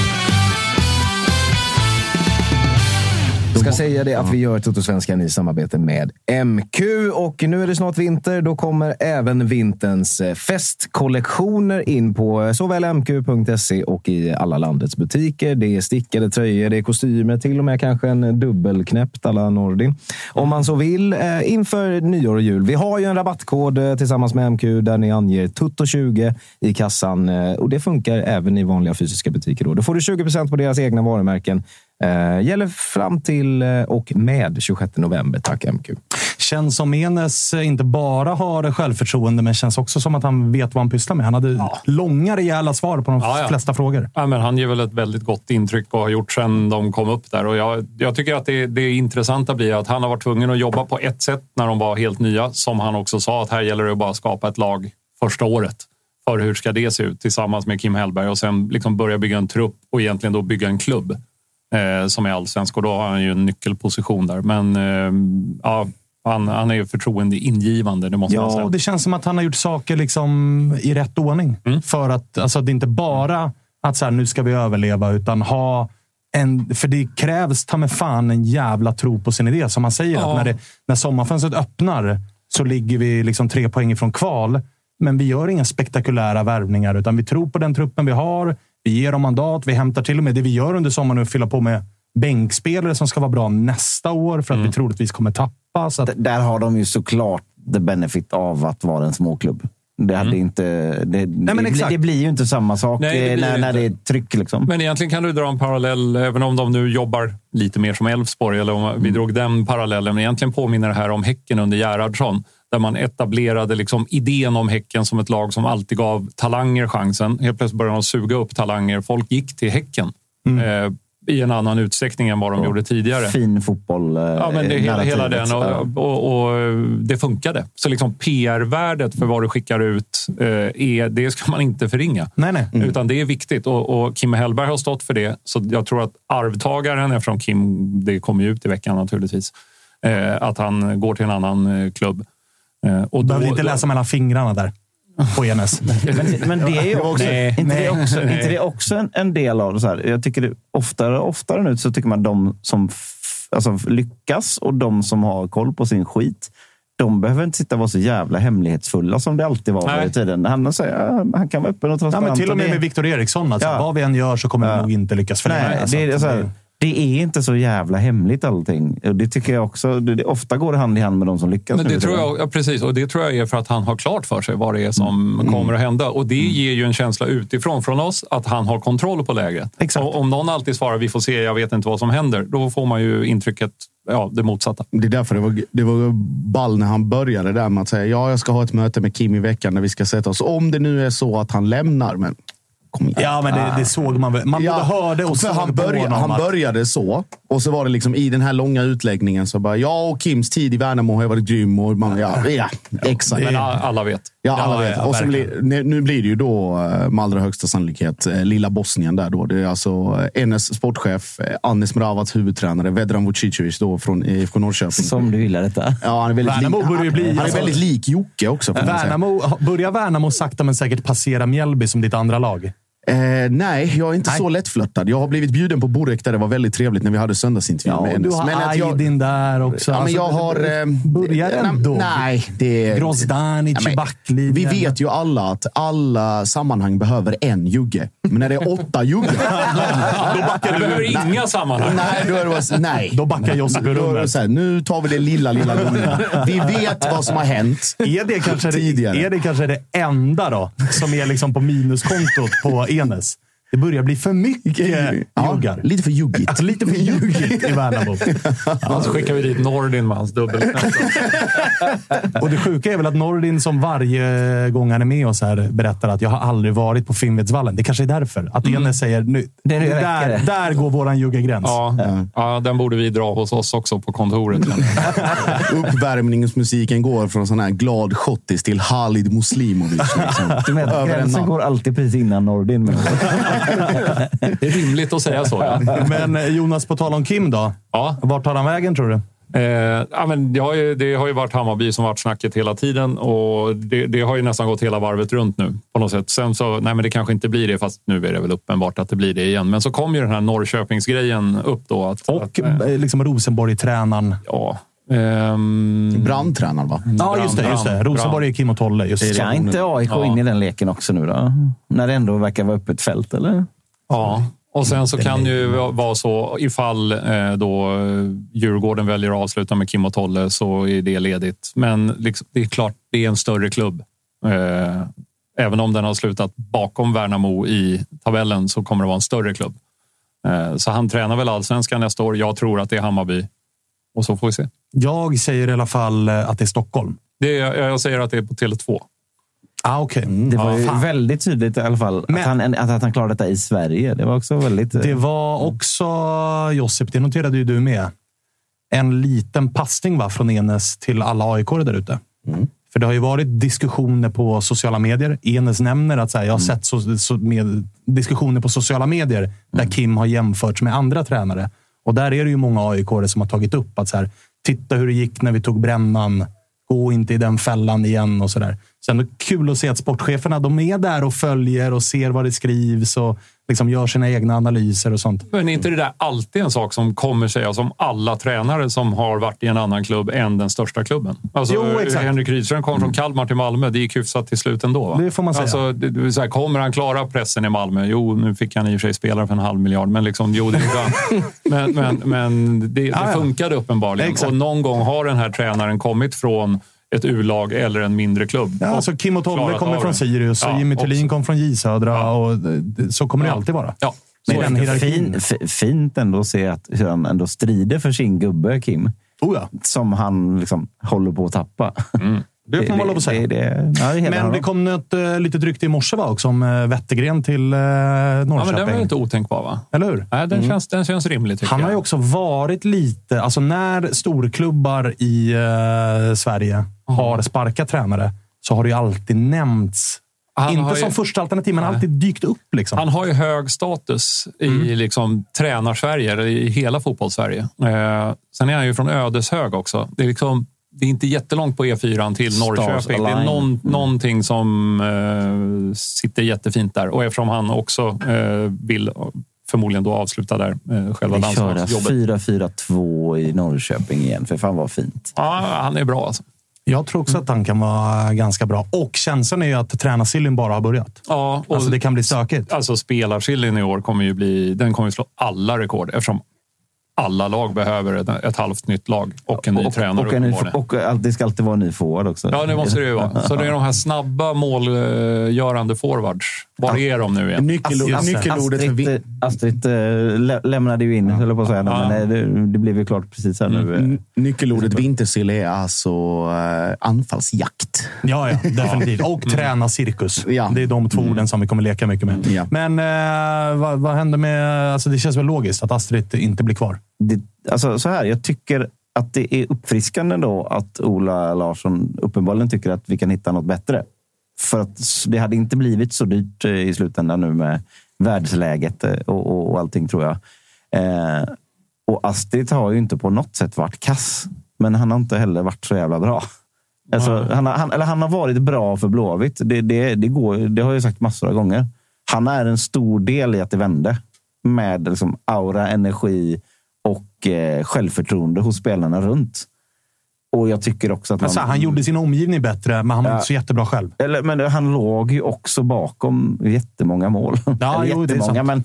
Jag ska säga det att vi gör Toto-svenskan i samarbete med M Q och nu är det snart vinter. Då kommer även vinterns festkollektioner in på såväl m q punkt se och i alla landets butiker. Det är stickade tröjor, det är kostymer, till och med kanske en dubbelknäppt alla Nordin. Om man så vill inför nyår och jul. Vi har ju en rabattkod tillsammans med M Q där ni anger Toto tjugo i kassan och det funkar även i vanliga fysiska butiker. Då, då får du tjugo procent på deras egna varumärken. Uh, gäller fram till uh, och med tjugosjätte november. Tack M Q. Känns som Enes inte bara har självförtroende men känns också som att han vet vad han pysslar med. Han hade ja. långa rejäla svar på de ja, ja. flesta frågor. Ja, men han ger väl ett väldigt gott intryck och har gjort sedan de kom upp där. Och jag, jag tycker att det, det intressanta blir att han har varit tvungen att jobba på ett sätt när de var helt nya. Som han också sa att här gäller det att bara skapa ett lag första året. För hur ska det se ut tillsammans med Kim Hellberg och sen liksom börja bygga en trupp och egentligen då bygga en klubb. Eh, som är allsvensk och då har han ju en nyckelposition där. Men eh, ja, han, han är ju förtroendeingivande, det måste ja, man säga. Ja, det känns som att han har gjort saker liksom i rätt ordning. Mm. För att alltså, det är inte bara att så här, nu ska vi överleva utan ha en... För det krävs ta med fan en jävla tro på sin idé. Som man säger, ja. att när, det, när sommarfönstret öppnar så ligger vi liksom tre poäng ifrån kval. Men vi gör inga spektakulära värvningar utan vi tror på den truppen vi har. Vi ger dem mandat, vi hämtar till och med det vi gör under sommaren och fylla på med bänkspelare som ska vara bra nästa år för att mm. vi troligtvis kommer tappa. Så att... Där har de ju såklart the benefit av att vara en småklubb. Det, hade mm. inte, det, Nej, men det, det blir ju inte samma sak Nej, det när, när det är tryck. Liksom. Men egentligen kan du dra en parallell, även om de nu jobbar lite mer som Elfsborg, eller om mm. vi drog den parallellen. Men egentligen påminner det här om Häcken under Gerhardsson. Där man etablerade liksom idén om Häcken som ett lag som alltid gav talanger chansen. Helt plötsligt började de suga upp talanger. Folk gick till Häcken. Mm. Eh, i en annan utsträckning än vad de ja. gjorde tidigare. Fin fotboll. Eh, ja, men det är hela, hela den. Och, och, och, och det funkade. Så liksom P R-värdet för vad du skickar ut, eh, är, det ska man inte förringa. Nej, nej. Mm. Utan det är viktigt. Och, och Kim Hellberg har stått för det. Så jag tror att arvtagaren, eftersom Kim, det kommer ju ut i veckan naturligtvis, eh, att han går till en annan eh, klubb. Och du behöver inte läsa då... mellan fingrarna där på Enes. men, men det är ju också, nej, inte, nej, det också nej. inte det också en, en del av det så här. Jag tycker det oftare, oftare nu så tycker man de som f, alltså, lyckas och de som har koll på sin skit, de behöver inte sitta och vara så jävla hemlighetsfulla som det alltid var förr i tiden. Han, säger, han kan vara öppen och transparent. Ja, men till och med med Viktor Eriksson. Alltså, ja. Vad vi än gör så kommer ja. vi nog inte lyckas för nej, alltså, det. Är, så här, det är inte så jävla hemligt allting. Det tycker jag också. Det, det, ofta går det hand i hand med de som lyckas. Men det tror jag, ja, precis. Och det tror jag är för att han har klart för sig vad det är som mm. kommer att hända. Och det mm. ger ju en känsla utifrån från oss att han har kontroll på läget. Exakt. Och om någon alltid svarar vi får se, jag vet inte vad som händer. Då får man ju intrycket, ja, det motsatta. Det är därför det var, det var ball när han började där med att säga ja, jag ska ha ett möte med Kim i veckan när vi ska sätta oss. Om det nu är så att han lämnar, men... Ja, men det, det såg man väl. Man ja, både hörde och såg han, började, han att... började så. Och så var det liksom i den här långa utläggningen så bara, ja, och Kims tid i Värnamo har varit grym. Och man, ja, ja, exakt. Men alla vet. Ja, alla vet. Ja, och så blir, nu blir det ju då med allra högsta sannolikhet lilla Bosnien där då. Det är alltså Enes sportchef, Anis Mravats huvudtränare, Vedran Vucicevic då från I F K Norrköping. Som du gillar detta. Ja, han är väldigt, Värnamo li- börjar bli, han, han alltså, är väldigt lik Jocke också. Värnamo, börjar Värnamo sakta men säkert passera Mjällby som ditt andra lag? Eh, nej, jag är inte nej. så lättflörtad. Jag har blivit bjuden på Borek där det var väldigt trevligt när vi hade söndagsintervju ja, med Enes. Du har men att jag, Aydin där också. Ja, men jag alltså, har... Eh, börjar ändå. Nej, det är... Grozdanic i backlinjen. Vi vet ju alla att alla sammanhang behöver en jugge. Men när det är åtta jugge... då backar du. behöver nej, inga sammanhang. Nej, då, är det, nej. då backar Josip i rummet. Så här, nu tar vi det lilla, lilla lugna. Vi vet vad som har hänt. Är det kanske det, är det, kanske det enda då som är liksom på minuskontot på Enes? Det börjar bli för mycket ja, juggar. Lite för juggigt. Alltså, lite för juggigt i Värnamo. Ja, så skickar vi dit Nordin med hans dubbel. Och det sjuka är väl att Nordin som varje gång han är med oss här berättar att jag har aldrig varit på Finnvedsvallen. Det kanske är därför. Att mm. Enes säger nu, det det där, där går våran juggagräns. Ja, ja. ja, den borde vi dra hos oss också på kontoret. Uppvärmningsmusiken går från sån här glad schottis till Halid Muslimovic. Liksom. Du menar, gränsen går alltid precis innan Nordin. Med det är rimligt att säga så, ja. Men Jonas, på tal om Kim då. Ja. Vart tar han vägen, tror du? Eh, ja, men det, har ju, det har ju varit Hammarby som varit snacket hela tiden och det, det har ju nästan gått hela varvet runt nu på något sätt. Sen så, nej men det kanske inte blir det, fast nu är det väl uppenbart att det blir det igen. Men så kom ju den här Norrköpingsgrejen upp då. Att, och att, eh, liksom Rosenborg-tränaren. Ja. Um, Brandtränaren, va? Ja, just det. Just det. Rosenborg är Kim och Tolle. Just är det inte A I K ja. in i den leken också nu då? När det ändå verkar vara öppet fält, eller? Ja. Och sen så kan det ju vara så ifall eh, då Djurgården väljer att avsluta med Kim och Tolle så är det ledigt. Men liksom, det är klart, det är en större klubb. Eh, även om den har slutat bakom Värnamo i tabellen så kommer det vara en större klubb. Eh, så han tränar väl allsvenskan nästa år. Jag tror att det är Hammarby. Och så får vi se. Jag säger i alla fall att det är Stockholm. Det är, jag säger att det är på Tele två. Ah, okay. Mm, det var ah, ju fan. väldigt tydligt i alla fall Men, att, han, att, att han klarade detta i Sverige. Det var också väldigt... Det var också, Josip, det noterade ju du med. En liten passning va, från Enes till alla A I K där ute. Mm. För det har ju varit diskussioner på sociala medier. Enes nämner att så här, jag har mm. sett så, så med diskussioner på sociala medier mm. där Kim har jämförts med andra tränare. Och där är det ju många A I K som har tagit upp att så här, titta hur det gick när vi tog Brännan. Gå inte i den fällan igen och sådär. Sen är det kul att se att sportcheferna, de är där och följer och ser vad det skrivs och liksom gör sina egna analyser och sånt. Men är inte det där alltid en sak som kommer sägas om alla tränare som har varit i en annan klubb än den största klubben? Alltså, jo, exakt. Henrik Rydström kom från Kalmar till Malmö. Det gick hyfsat till slut ändå, va? Det får man säga. Alltså, det, det, så här, kommer han klara pressen i Malmö? Jo, nu fick han i och för sig spelare för en halv miljard. Men liksom, jo, det gjorde han. Men, men, men det, det ah, funkade ja. uppenbarligen. Exakt. Och någon gång har den här tränaren kommit från ett U-lag eller en mindre klubb. Ja, alltså Kim och Tolle kommer från Sirius och ja, Jimmy Thulin kom från J Södra ja. och så kommer det ja. alltid vara. Ja. Men det är fin, f- fint ändå att se att hur han ändå strider för sin gubbe Kim. Oh ja. Som han liksom håller på att tappa. Mm. Det får man lov att säga. Det, det, ja, det men det kom något uh, lite drygt i morse va, också om uh, Wettergren till uh, Norrköping. Ja, men den var ju inte otänkbar, va? Eller hur? Nej, den, mm. känns, den känns rimlig tycker Han jag. har ju också varit lite... Alltså när storklubbar i uh, Sverige mm. har sparkat tränare så har det ju alltid nämnts... Han inte som ju, första alternativ, men nej. alltid dykt upp. Liksom. Han har ju hög status i mm. liksom, tränar-Sverige, i hela fotbollssverige. Eh, sen är han ju från Ödeshög också. Det är liksom... Det är inte jättelångt på E fyra till Norrköping. Det är någon, mm. någonting som eh, sitter jättefint där. Och eftersom han också eh, vill förmodligen då avsluta där eh, själva landslagsjobbet. Köra fyra fyra två i Norrköping igen. För fan vad fint. Ja, han är bra alltså. Jag tror också att han kan vara ganska bra. Och känslan är ju att tränarsillen bara har börjat. Ja, och alltså det kan bli stökigt. Alltså spelarsillen i år kommer ju bli... Den kommer ju slå alla rekord eftersom alla lag behöver ett, ett halvt nytt lag och en ny och, tränare. Och, en ny, och det ska alltid vara en ny forward också. Ja, det måste det ju vara. Så det är de här snabba målgörande forwards. Var är de nu igen? Nyckelord, nyckelordet Astrid, Astrid äh, lä, lämnade ju in, höll på att säga. Ja. Men det, det blev ju klart precis här nu. Mm. Nyckelordet vintersill är alltså äh, anfallsjakt. Ja, ja, definitivt. Och mm. träna cirkus. Ja. Det är de två orden mm. som vi kommer leka mycket med. Ja. Men äh, vad, vad händer med... Alltså det känns väl logiskt att Astrid inte blir kvar. Det, alltså så här, jag tycker att det är uppfriskande då att Ola Larsson uppenbarligen tycker att vi kan hitta något bättre. För att det hade inte blivit så dyrt i slutändan nu med världsläget och, och, och allting tror jag. Eh, och Astrid har ju inte på något sätt varit kass. Men han har inte heller varit så jävla bra. Alltså, han, har, han, eller han har varit bra för Blåvitt. Det, det, det, går, det har jag sagt massor av gånger. han är en stor del i att det vände. Med liksom aura, energi och eh, självförtroende hos spelarna runt. Och jag tycker också att man... Alltså, han gjorde sin omgivning bättre, men han var ja, inte så jättebra själv. Eller, men han låg ju också bakom jättemånga mål. Ja, eller jo, jättemånga, men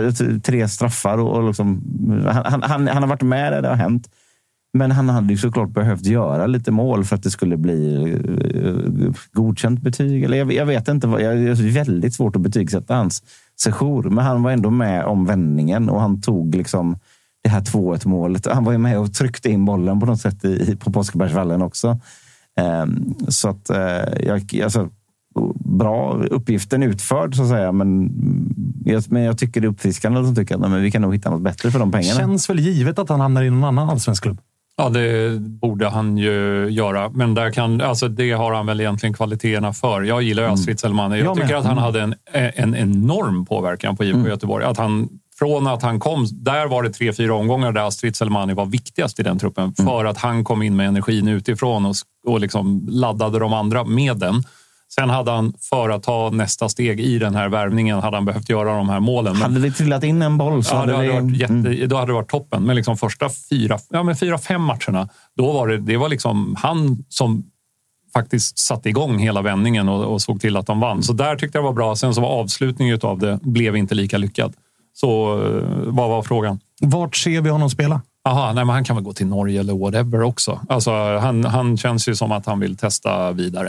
tre straffar. Och, och liksom, han, han, han har varit med där det har hänt. Men han hade ju såklart behövt göra lite mål för att det skulle bli uh, godkänt betyg. Eller jag, jag vet inte. Vad, jag, det är väldigt svårt att betygsätta hans sejour. Men han var ändå med om vändningen och han tog liksom det här två ett målet. Han var ju med och tryckte in bollen på något sätt i, på Påskbergsvallen också. Um, så att uh, jag, alltså, bra uppgiften utförd så att säga, men jag, men jag tycker det är uppfriskande att de tycker att nej, men vi kan nog hitta något bättre för de pengarna. Känns väl givet att han hamnar i någon annan allsvensk klubb? Ja, det borde han ju göra. Men där kan, alltså det har han väl egentligen kvaliteterna för. Jag gillar ju Astrid Selmani. Jag, jag tycker med. att han hade en, en enorm påverkan på I F K mm. Göteborg. Att han, från att han kom, där var det tre, fyra omgångar där Astrid Selmani var viktigast i den truppen. Mm. För att han kom in med energin utifrån och, och liksom laddade de andra med den. Sen hade han, för att ta nästa steg i den här värvningen, hade han behövt göra de här målen. Men, hade det trillat in en boll så ja, hade det hade det... varit jätte, mm. då hade det varit toppen. Men liksom första fyra, ja, men fyra, fem matcherna, då var det, det var liksom han som faktiskt satte igång hela vändningen och, och såg till att de vann. Så där tyckte jag var bra. Sen så var avslutningen av det blev inte lika lyckad. Så vad var frågan? Vart ser vi honom spela? Aha, nej, men han kan väl gå till Norge eller whatever också. Alltså, han, han känns ju som att han vill testa vidare.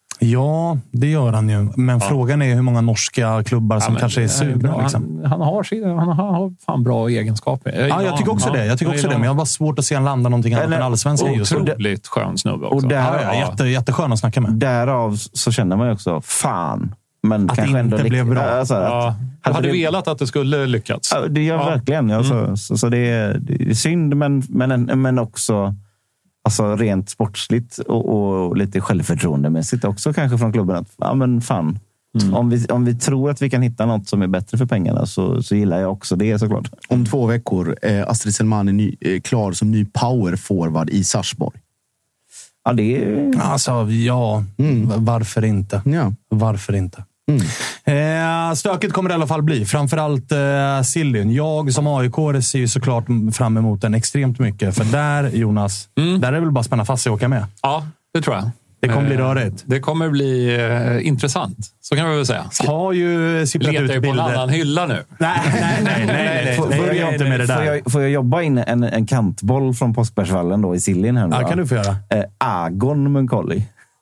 Ja, det gör han ju. Men ja. frågan är hur många norska klubbar som ja, kanske är sugna. Liksom. Han, han, har, han har fan bra egenskaper. Ja, jag tycker också ja, det. Jag tycker också det. Men jag har bara svårt att se han landa någonting annat än allsvenskan just nu. Otroligt skön snubbe också. Och där, ja, jätte, jätteskön att snacka med. Därav så känner man ju också, fan. Men att kanske det inte ändå blev bra. Alltså, ja. att, hade, hade det velat att det skulle lyckats. Ja, det gör ja. verkligen. Alltså, mm. så, så det, är, det är synd, men, men, men också... Alltså rent sportsligt och, och lite självförtroendemässigt också kanske från klubben att, ja men fan, mm. om, vi, om vi tror att vi kan hitta något som är bättre för pengarna så, så gillar jag också det såklart. Om två veckor är Astrid Selmani ny, är klar som ny powerforward i Sarpsborg. Ja, det är... Alltså, ja. Mm. Varför inte? Ja. Varför inte? Mm. Eh, stöket kommer det i alla fall bli. Framförallt eh, Siljen. Jag som A I K ser ju såklart fram emot den extremt mycket. För där, Jonas, mm. där är det väl bara spänna fast sig och åka med. Ja, det tror jag. Det kommer bli rörigt. Det kommer bli eh, intressant. Så kan vi väl säga. Har ju sipprat ut bilder. Letar ju på en annan hylla nu. Nej, nej, nej. nej, nej. Får, får, jag, inte med det där. Får, jag, får jag jobba in en, en kantboll från Påskbergsvallen då i Siljen här nu? Ja, kan du få göra. Eh, Agon Munkolli.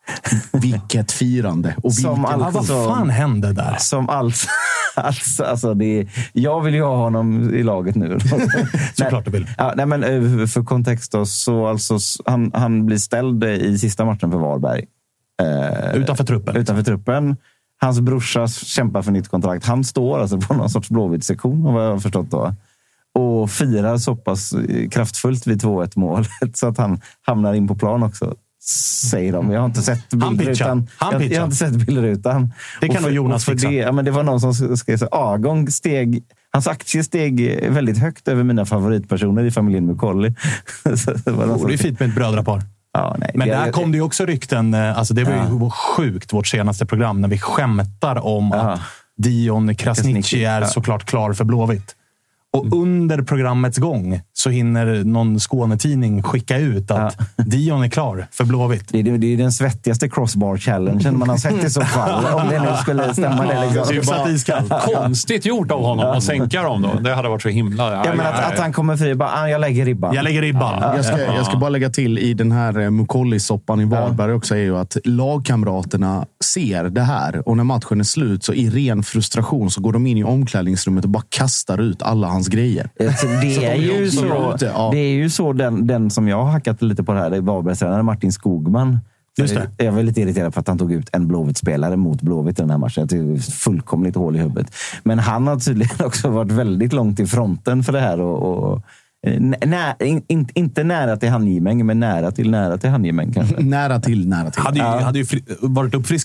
Vilket firande. Och som vilken, alltså, vad fan hände där? Som allt, alltså, alltså det, jag vill ju ha honom i laget nu. Såklart du vill. Ja, nej, men för kontext då, så alltså, han, han blir ställd i sista matchen för Varberg. Eh, utanför truppen. Utanför truppen. Hans brorsa kämpar för nytt kontrakt. Han står alltså på någon sorts Blåvitt-sektion, vad jag har förstått då. Och firar så pass kraftfullt vid två ett målet så att han hamnar in på plan också. Säger de. Jag har inte sett bilder utan jag, jag har inte sett bilder utan. Det kan nog Jonas fixa. Det, ja, men det var någon som skrev så Agång steg, hans aktie steg väldigt högt över mina favoritpersoner i familjen Mukolli. så det var oh, det är fint med ett brödrapar. Ja, nej. Men jag, där jag, kom det ju också rykten. Alltså det var ja. ju sjukt vårt senaste program när vi skämtar om ja. att Dion Krasniqi är ja. såklart klar för Blåvitt. Och mm. under programmets gång så hinner någon Skånetidning skicka ut att ja. Dion är klar för Blåvitt. Det är, det är den svettigaste crossbar-challengen man har sett i så fall. Om det nu skulle stämma. Ja, det liksom. Bara, konstigt gjort av honom att sänka dem då. Det hade varit så himla... Ja, men att, att han kommer fri. Bara, jag lägger ribban. Jag lägger ribban. Ja. Jag, ska, jag ska bara lägga till i den här Mukolli-soppan i Varberg ja. också är ju att lagkamraterna ser det här. Och när matchen är slut så i ren frustration så går de in i omklädningsrummet och bara kastar ut alla hans grejer. Det är, de ju så, ute, ja. det är ju så den, den som jag har hackat lite på det här, det är Varbergstränaren Martin Skogman. Just det. Jag var lite irriterad för att han tog ut en Blåvitt-spelare mot Blåvitt i den här matchen. Jag tycker det är fullkomligt hål i huvudet. Men han har tydligen också varit väldigt långt i fronten för det här. Och, och, nä, in, inte nära till handgemäng, men nära till nära till handgemäng kanske. nära till, nära till. Hade ju, ja. hade ju fri, varit uppfriskande.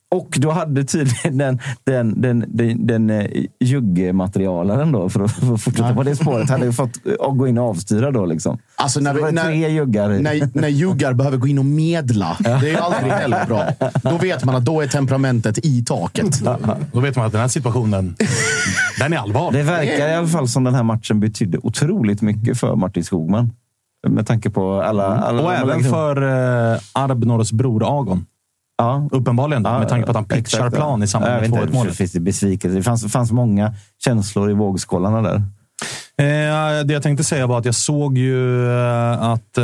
Och då hade tydligen den, den, den, den, den, den juggematerialaren då, för att, för att fortsätta på det spåret, hade fått gå in och avstyra då liksom. Alltså när, det var när, tre juggar. När, när juggar behöver gå in och medla, det är ju aldrig heller bra. Då vet man att då är temperamentet i taket. Då vet man att den här situationen, den är allvarlig. Det verkar i alla fall som den här matchen betydde otroligt mycket för Martin Skogman. Med tanke på alla... alla och även liksom. för uh, Arbnors bror Agon. Ja. Uppenbarligen, ja, med tanke på att han pitchar plan i samband med två ett målet. Det besvikelse. Det fanns, fanns många känslor i vågskålarna där. Eh, det jag tänkte säga var att jag såg ju eh, att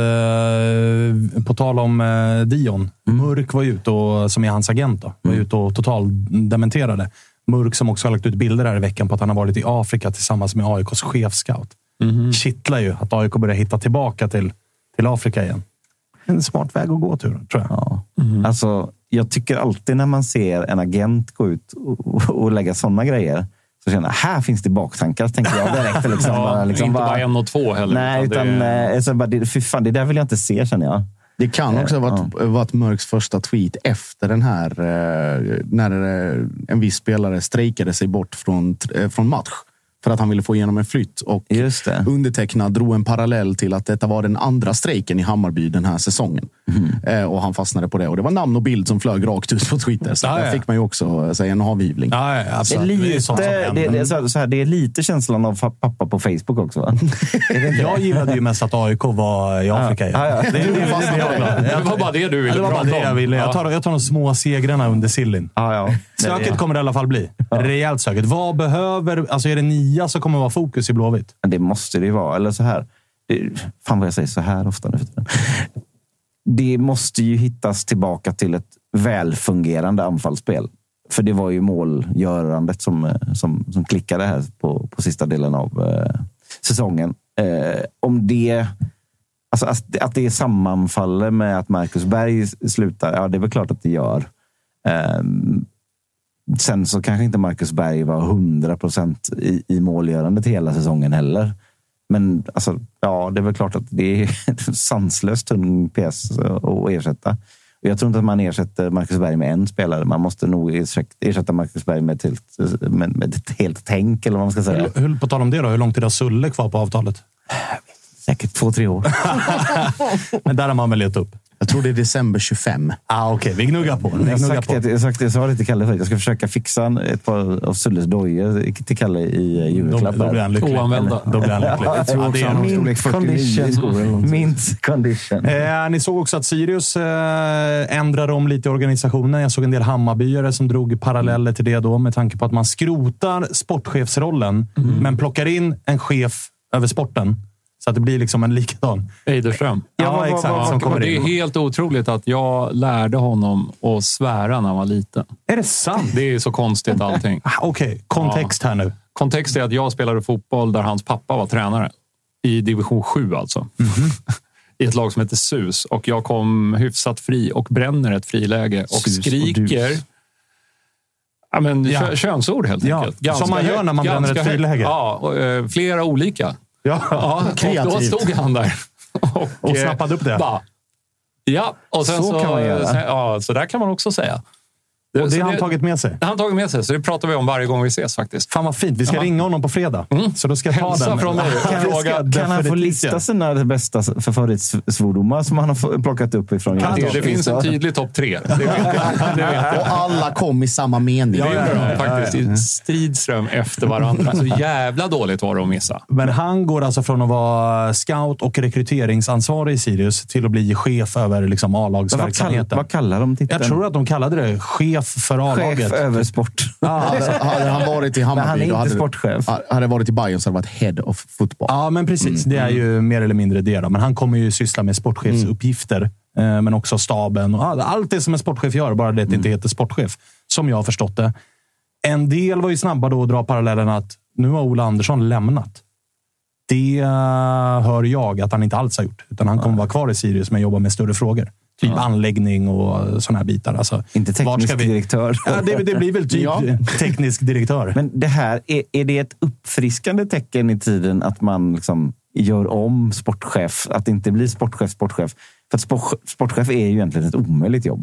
eh, på tal om eh, Dion, mm. Mörk var ute och, som är hans agent då, var mm. ute och total dementerade. Mörk som också har lagt ut bilder här i veckan på att han har varit i Afrika tillsammans med A I K:s chefscout. Mm. Kittlar ju att A I K börjar hitta tillbaka till, till Afrika igen. En smart väg att gå, tror jag. Ja. Mm. Alltså, jag tycker alltid när man ser en agent gå ut och, och lägga sådana grejer, så känner jag, här finns det baktankar, tänker jag direkt. Liksom, ja, liksom, inte bara, bara en och två heller. Nej, utan, utan det... så bara, det, fy fan, det där vill jag inte se, känner jag. Det kan också ha varit, ja. varit Mörks första tweet efter den här, när en viss spelare strejkade sig bort från, från match. För att han ville få igenom en flytt. Och undertecknad drog en parallell till att detta var den andra strejken i Hammarby den här säsongen. Mm. Eh, och han fastnade på det. Och det var namn och bild som flög rakt ut på Twitter. Så ja, där ja. fick man ju också säga en avgivling. Ja, ja, alltså, det, är lite, det, är det, det, är så, så här, det är lite känslan av pappa på Facebook också, va? Jag gillade ju mest att A I K var i Afrika. Ja. Ja, ja. Det, det, det, det, det var bara det du ville ja, prata det jag om. Ville. Jag, tar, jag tar de små segrarna under sillin. Ja, ja. Söket ja. kommer det i alla fall bli. Ja. Rejält söket. Vad behöver... Alltså är det nia så kommer det vara fokus i Blåvitt? Det måste det ju vara. Eller så här. Det, fan vad jag säger så här ofta nu för tiden. Det måste ju hittas tillbaka till ett välfungerande anfallsspel. För det var ju målgörandet som, som, som klickade här på, på sista delen av eh, säsongen. Eh, om det... Alltså att, att det sammanfaller med att Marcus Berg slutar, ja det är väl klart att det gör. Eh, sen så kanske inte Marcus Berg var hundra procent i, i målgörandet hela säsongen heller. Men alltså, ja, det är väl klart att det är sanslöst tung P S att ersätta. Och jag tror inte att man ersätter Marcus Berg med en spelare. Man måste nog ersätta Marcus Berg med ett helt, med, med ett helt tänk, eller vad man ska säga. Hur, hur, på tal om det då, hur långt är det Sulle kvar på avtalet? Säkert två, tre år. Men där har man väl gett upp. Jag tror det är december tjugofem. Ah, okej, okay. Vi gnuggar på. Vi jag, gnuggar sagt på. Det, jag sagt det, jag sa det till Kalle förut. Jag ska försöka fixa ett par av Sulles dojor till Kalle i julklapp. Då, då blir han lycklig. Oanvända. Då blir han lycklig. Jag tror också han har storlek fyrtionio. Mint condition. Eh, ni såg också att Sirius eh, ändrade om lite i organisationen. Jag såg en del Hammarbyare som drog paralleller till det då, med tanke på att man skrotar sportchefsrollen, mm. men plockar in en chef över sporten. Så att det blir liksom en likadan. Eiderström. Ja, ja, exakt. Ja, som kommer det är in. Helt otroligt att jag lärde honom att svära när han var liten. Är det sant? Det är så konstigt allting. Okej, okay. Kontext ja. här nu. Kontext är att jag spelade fotboll där hans pappa var tränare. I division sju alltså. Mm-hmm. I ett lag som heter Sus. Och jag kom hyfsat fri och bränner ett friläge. Och Sus skriker... Och ja, men ja. Könsord helt ja. enkelt. Ganska som man gör när man bränner ett friläge. Ja, och, uh, flera olika. Ja, ja, och då stod han där. Och, och snappade upp det. Bara, ja, och sen så, så kan man göra. Sen, ja, så där kan man också säga. Och det har han tagit med sig? Det har han tagit med sig, så det pratar vi om varje gång vi ses faktiskt. Fan vad fint, vi ska ja. ringa honom på fredag. Mm. Så då ska jag ta Hälsa den. Från mig. Kan, fråga, kan han få lista sina bästa favoritsvordomar som han har plockat upp ifrån? Ja, det, det finns en tydlig topp tre. Det vet jag. Det vet jag. Och alla kom i samma mening. Ja, ja, ja, faktiskt. I stridström efter varandra. Så jävla dåligt var det att missa. Men han går alltså från att vara scout och rekryteringsansvarig i Sirius till att bli chef över liksom A-lagsverksamheten. Vad, vad kallar de titeln? Jag tror att de kallade det chef för A-laget. Chef över sport. Ah, alltså, hade han varit i Hammarby, han är inte hade, sportchef. Hade varit i Bayern så hade det varit head of football. Ja, men precis. Mm. Det är ju mer eller mindre det då. Men han kommer ju syssla med sportchefsuppgifter. Mm. Men också staben. Och allt det som en sportchef gör, bara det att det mm. inte heter sportchef. Som jag har förstått det. En del var ju snabba då att dra parallellen att nu har Ola Andersson lämnat. Det hör jag att han inte alls har gjort. Utan han kommer vara kvar i Sirius men jobba med större frågor. Typ ja. anläggning och såna här bitar. Alltså, inte teknisk vi... direktör. Ja, det, det blir väl typ ja. teknisk direktör. Men det här, är, är det ett uppfriskande tecken i tiden att man liksom gör om sportchef? Att det inte blir sportchef, sportchef? För att sport, sportchef är ju egentligen ett omöjligt jobb.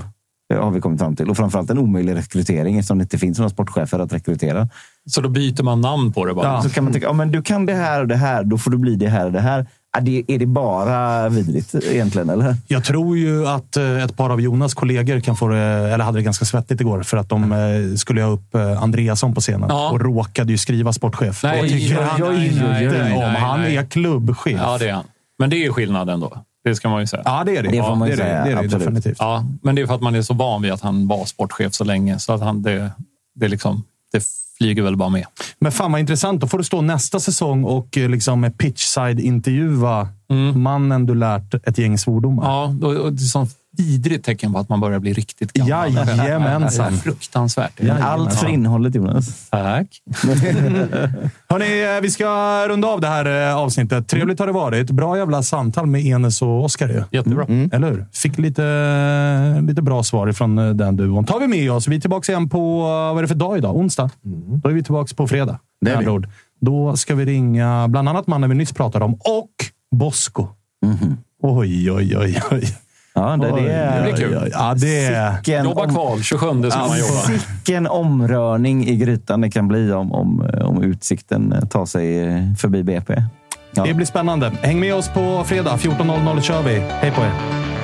har vi kommit fram till. Och framförallt en omöjlig rekrytering eftersom det inte finns några sportchefer att rekrytera. Så då byter man namn på det bara? Ja. Så kan man tycka, ja, men du kan det här och det här, då får du bli det här och det här. Är det, är det bara vidrigt egentligen, eller? Jag tror ju att ett par av Jonas kollegor kan få det, eller hade det ganska svettigt igår, för att de mm. skulle ha upp Andreasson på scenen. Ja. Och råkade ju skriva sportchef. Nej, och tycker jag, han jag, inte nej, nej, om. nej, han nej. är klubbchef. Ja, det är han. Men det är ju skillnaden då. Det ska man ju säga. Ja, det är det. Det får man ju ja, det säga. Det är det, definitivt. Ja, men det är för att man är så van vid att han var sportchef så länge. Så att han, det, det, liksom, det flyger väl bara med. Men fan vad intressant. Då får du stå nästa säsong och liksom pitchside-intervjua mm. mannen du lärt ett gäng svordomar. Ja, och, och det är sånt vidrigt tecken på att man börjar bli riktigt gammal. Jajamensan. Fruktansvärt. Allt för innehållet, Jonas. Tack. Hörrni, vi ska runda av det här avsnittet. Trevligt har det varit. Bra jävla samtal med Enes och Oskar ju. Jättebra. Mm. Eller hur? Fick lite, lite bra svar från den duon. Tar vi med oss. Vi är tillbaka igen på, vad är det för dag idag? Onsdag. Mm. Då är vi tillbaka på fredag. Det är vi. Då ska vi ringa bland annat mannen vi nyss pratade om och Bosko. Mm. Oj, oj, oj, oj. Ja, det, det, är, det blir kul. Ja, det är... Sicken jobba kval, tjugosjunde ska ja, man jobba. Sicken omrörning i grytan det kan bli om, om, om Utsikten tar sig förbi B P. Ja. Det blir spännande. Häng med oss på fredag. fjorton noll noll kör vi. Hej på er.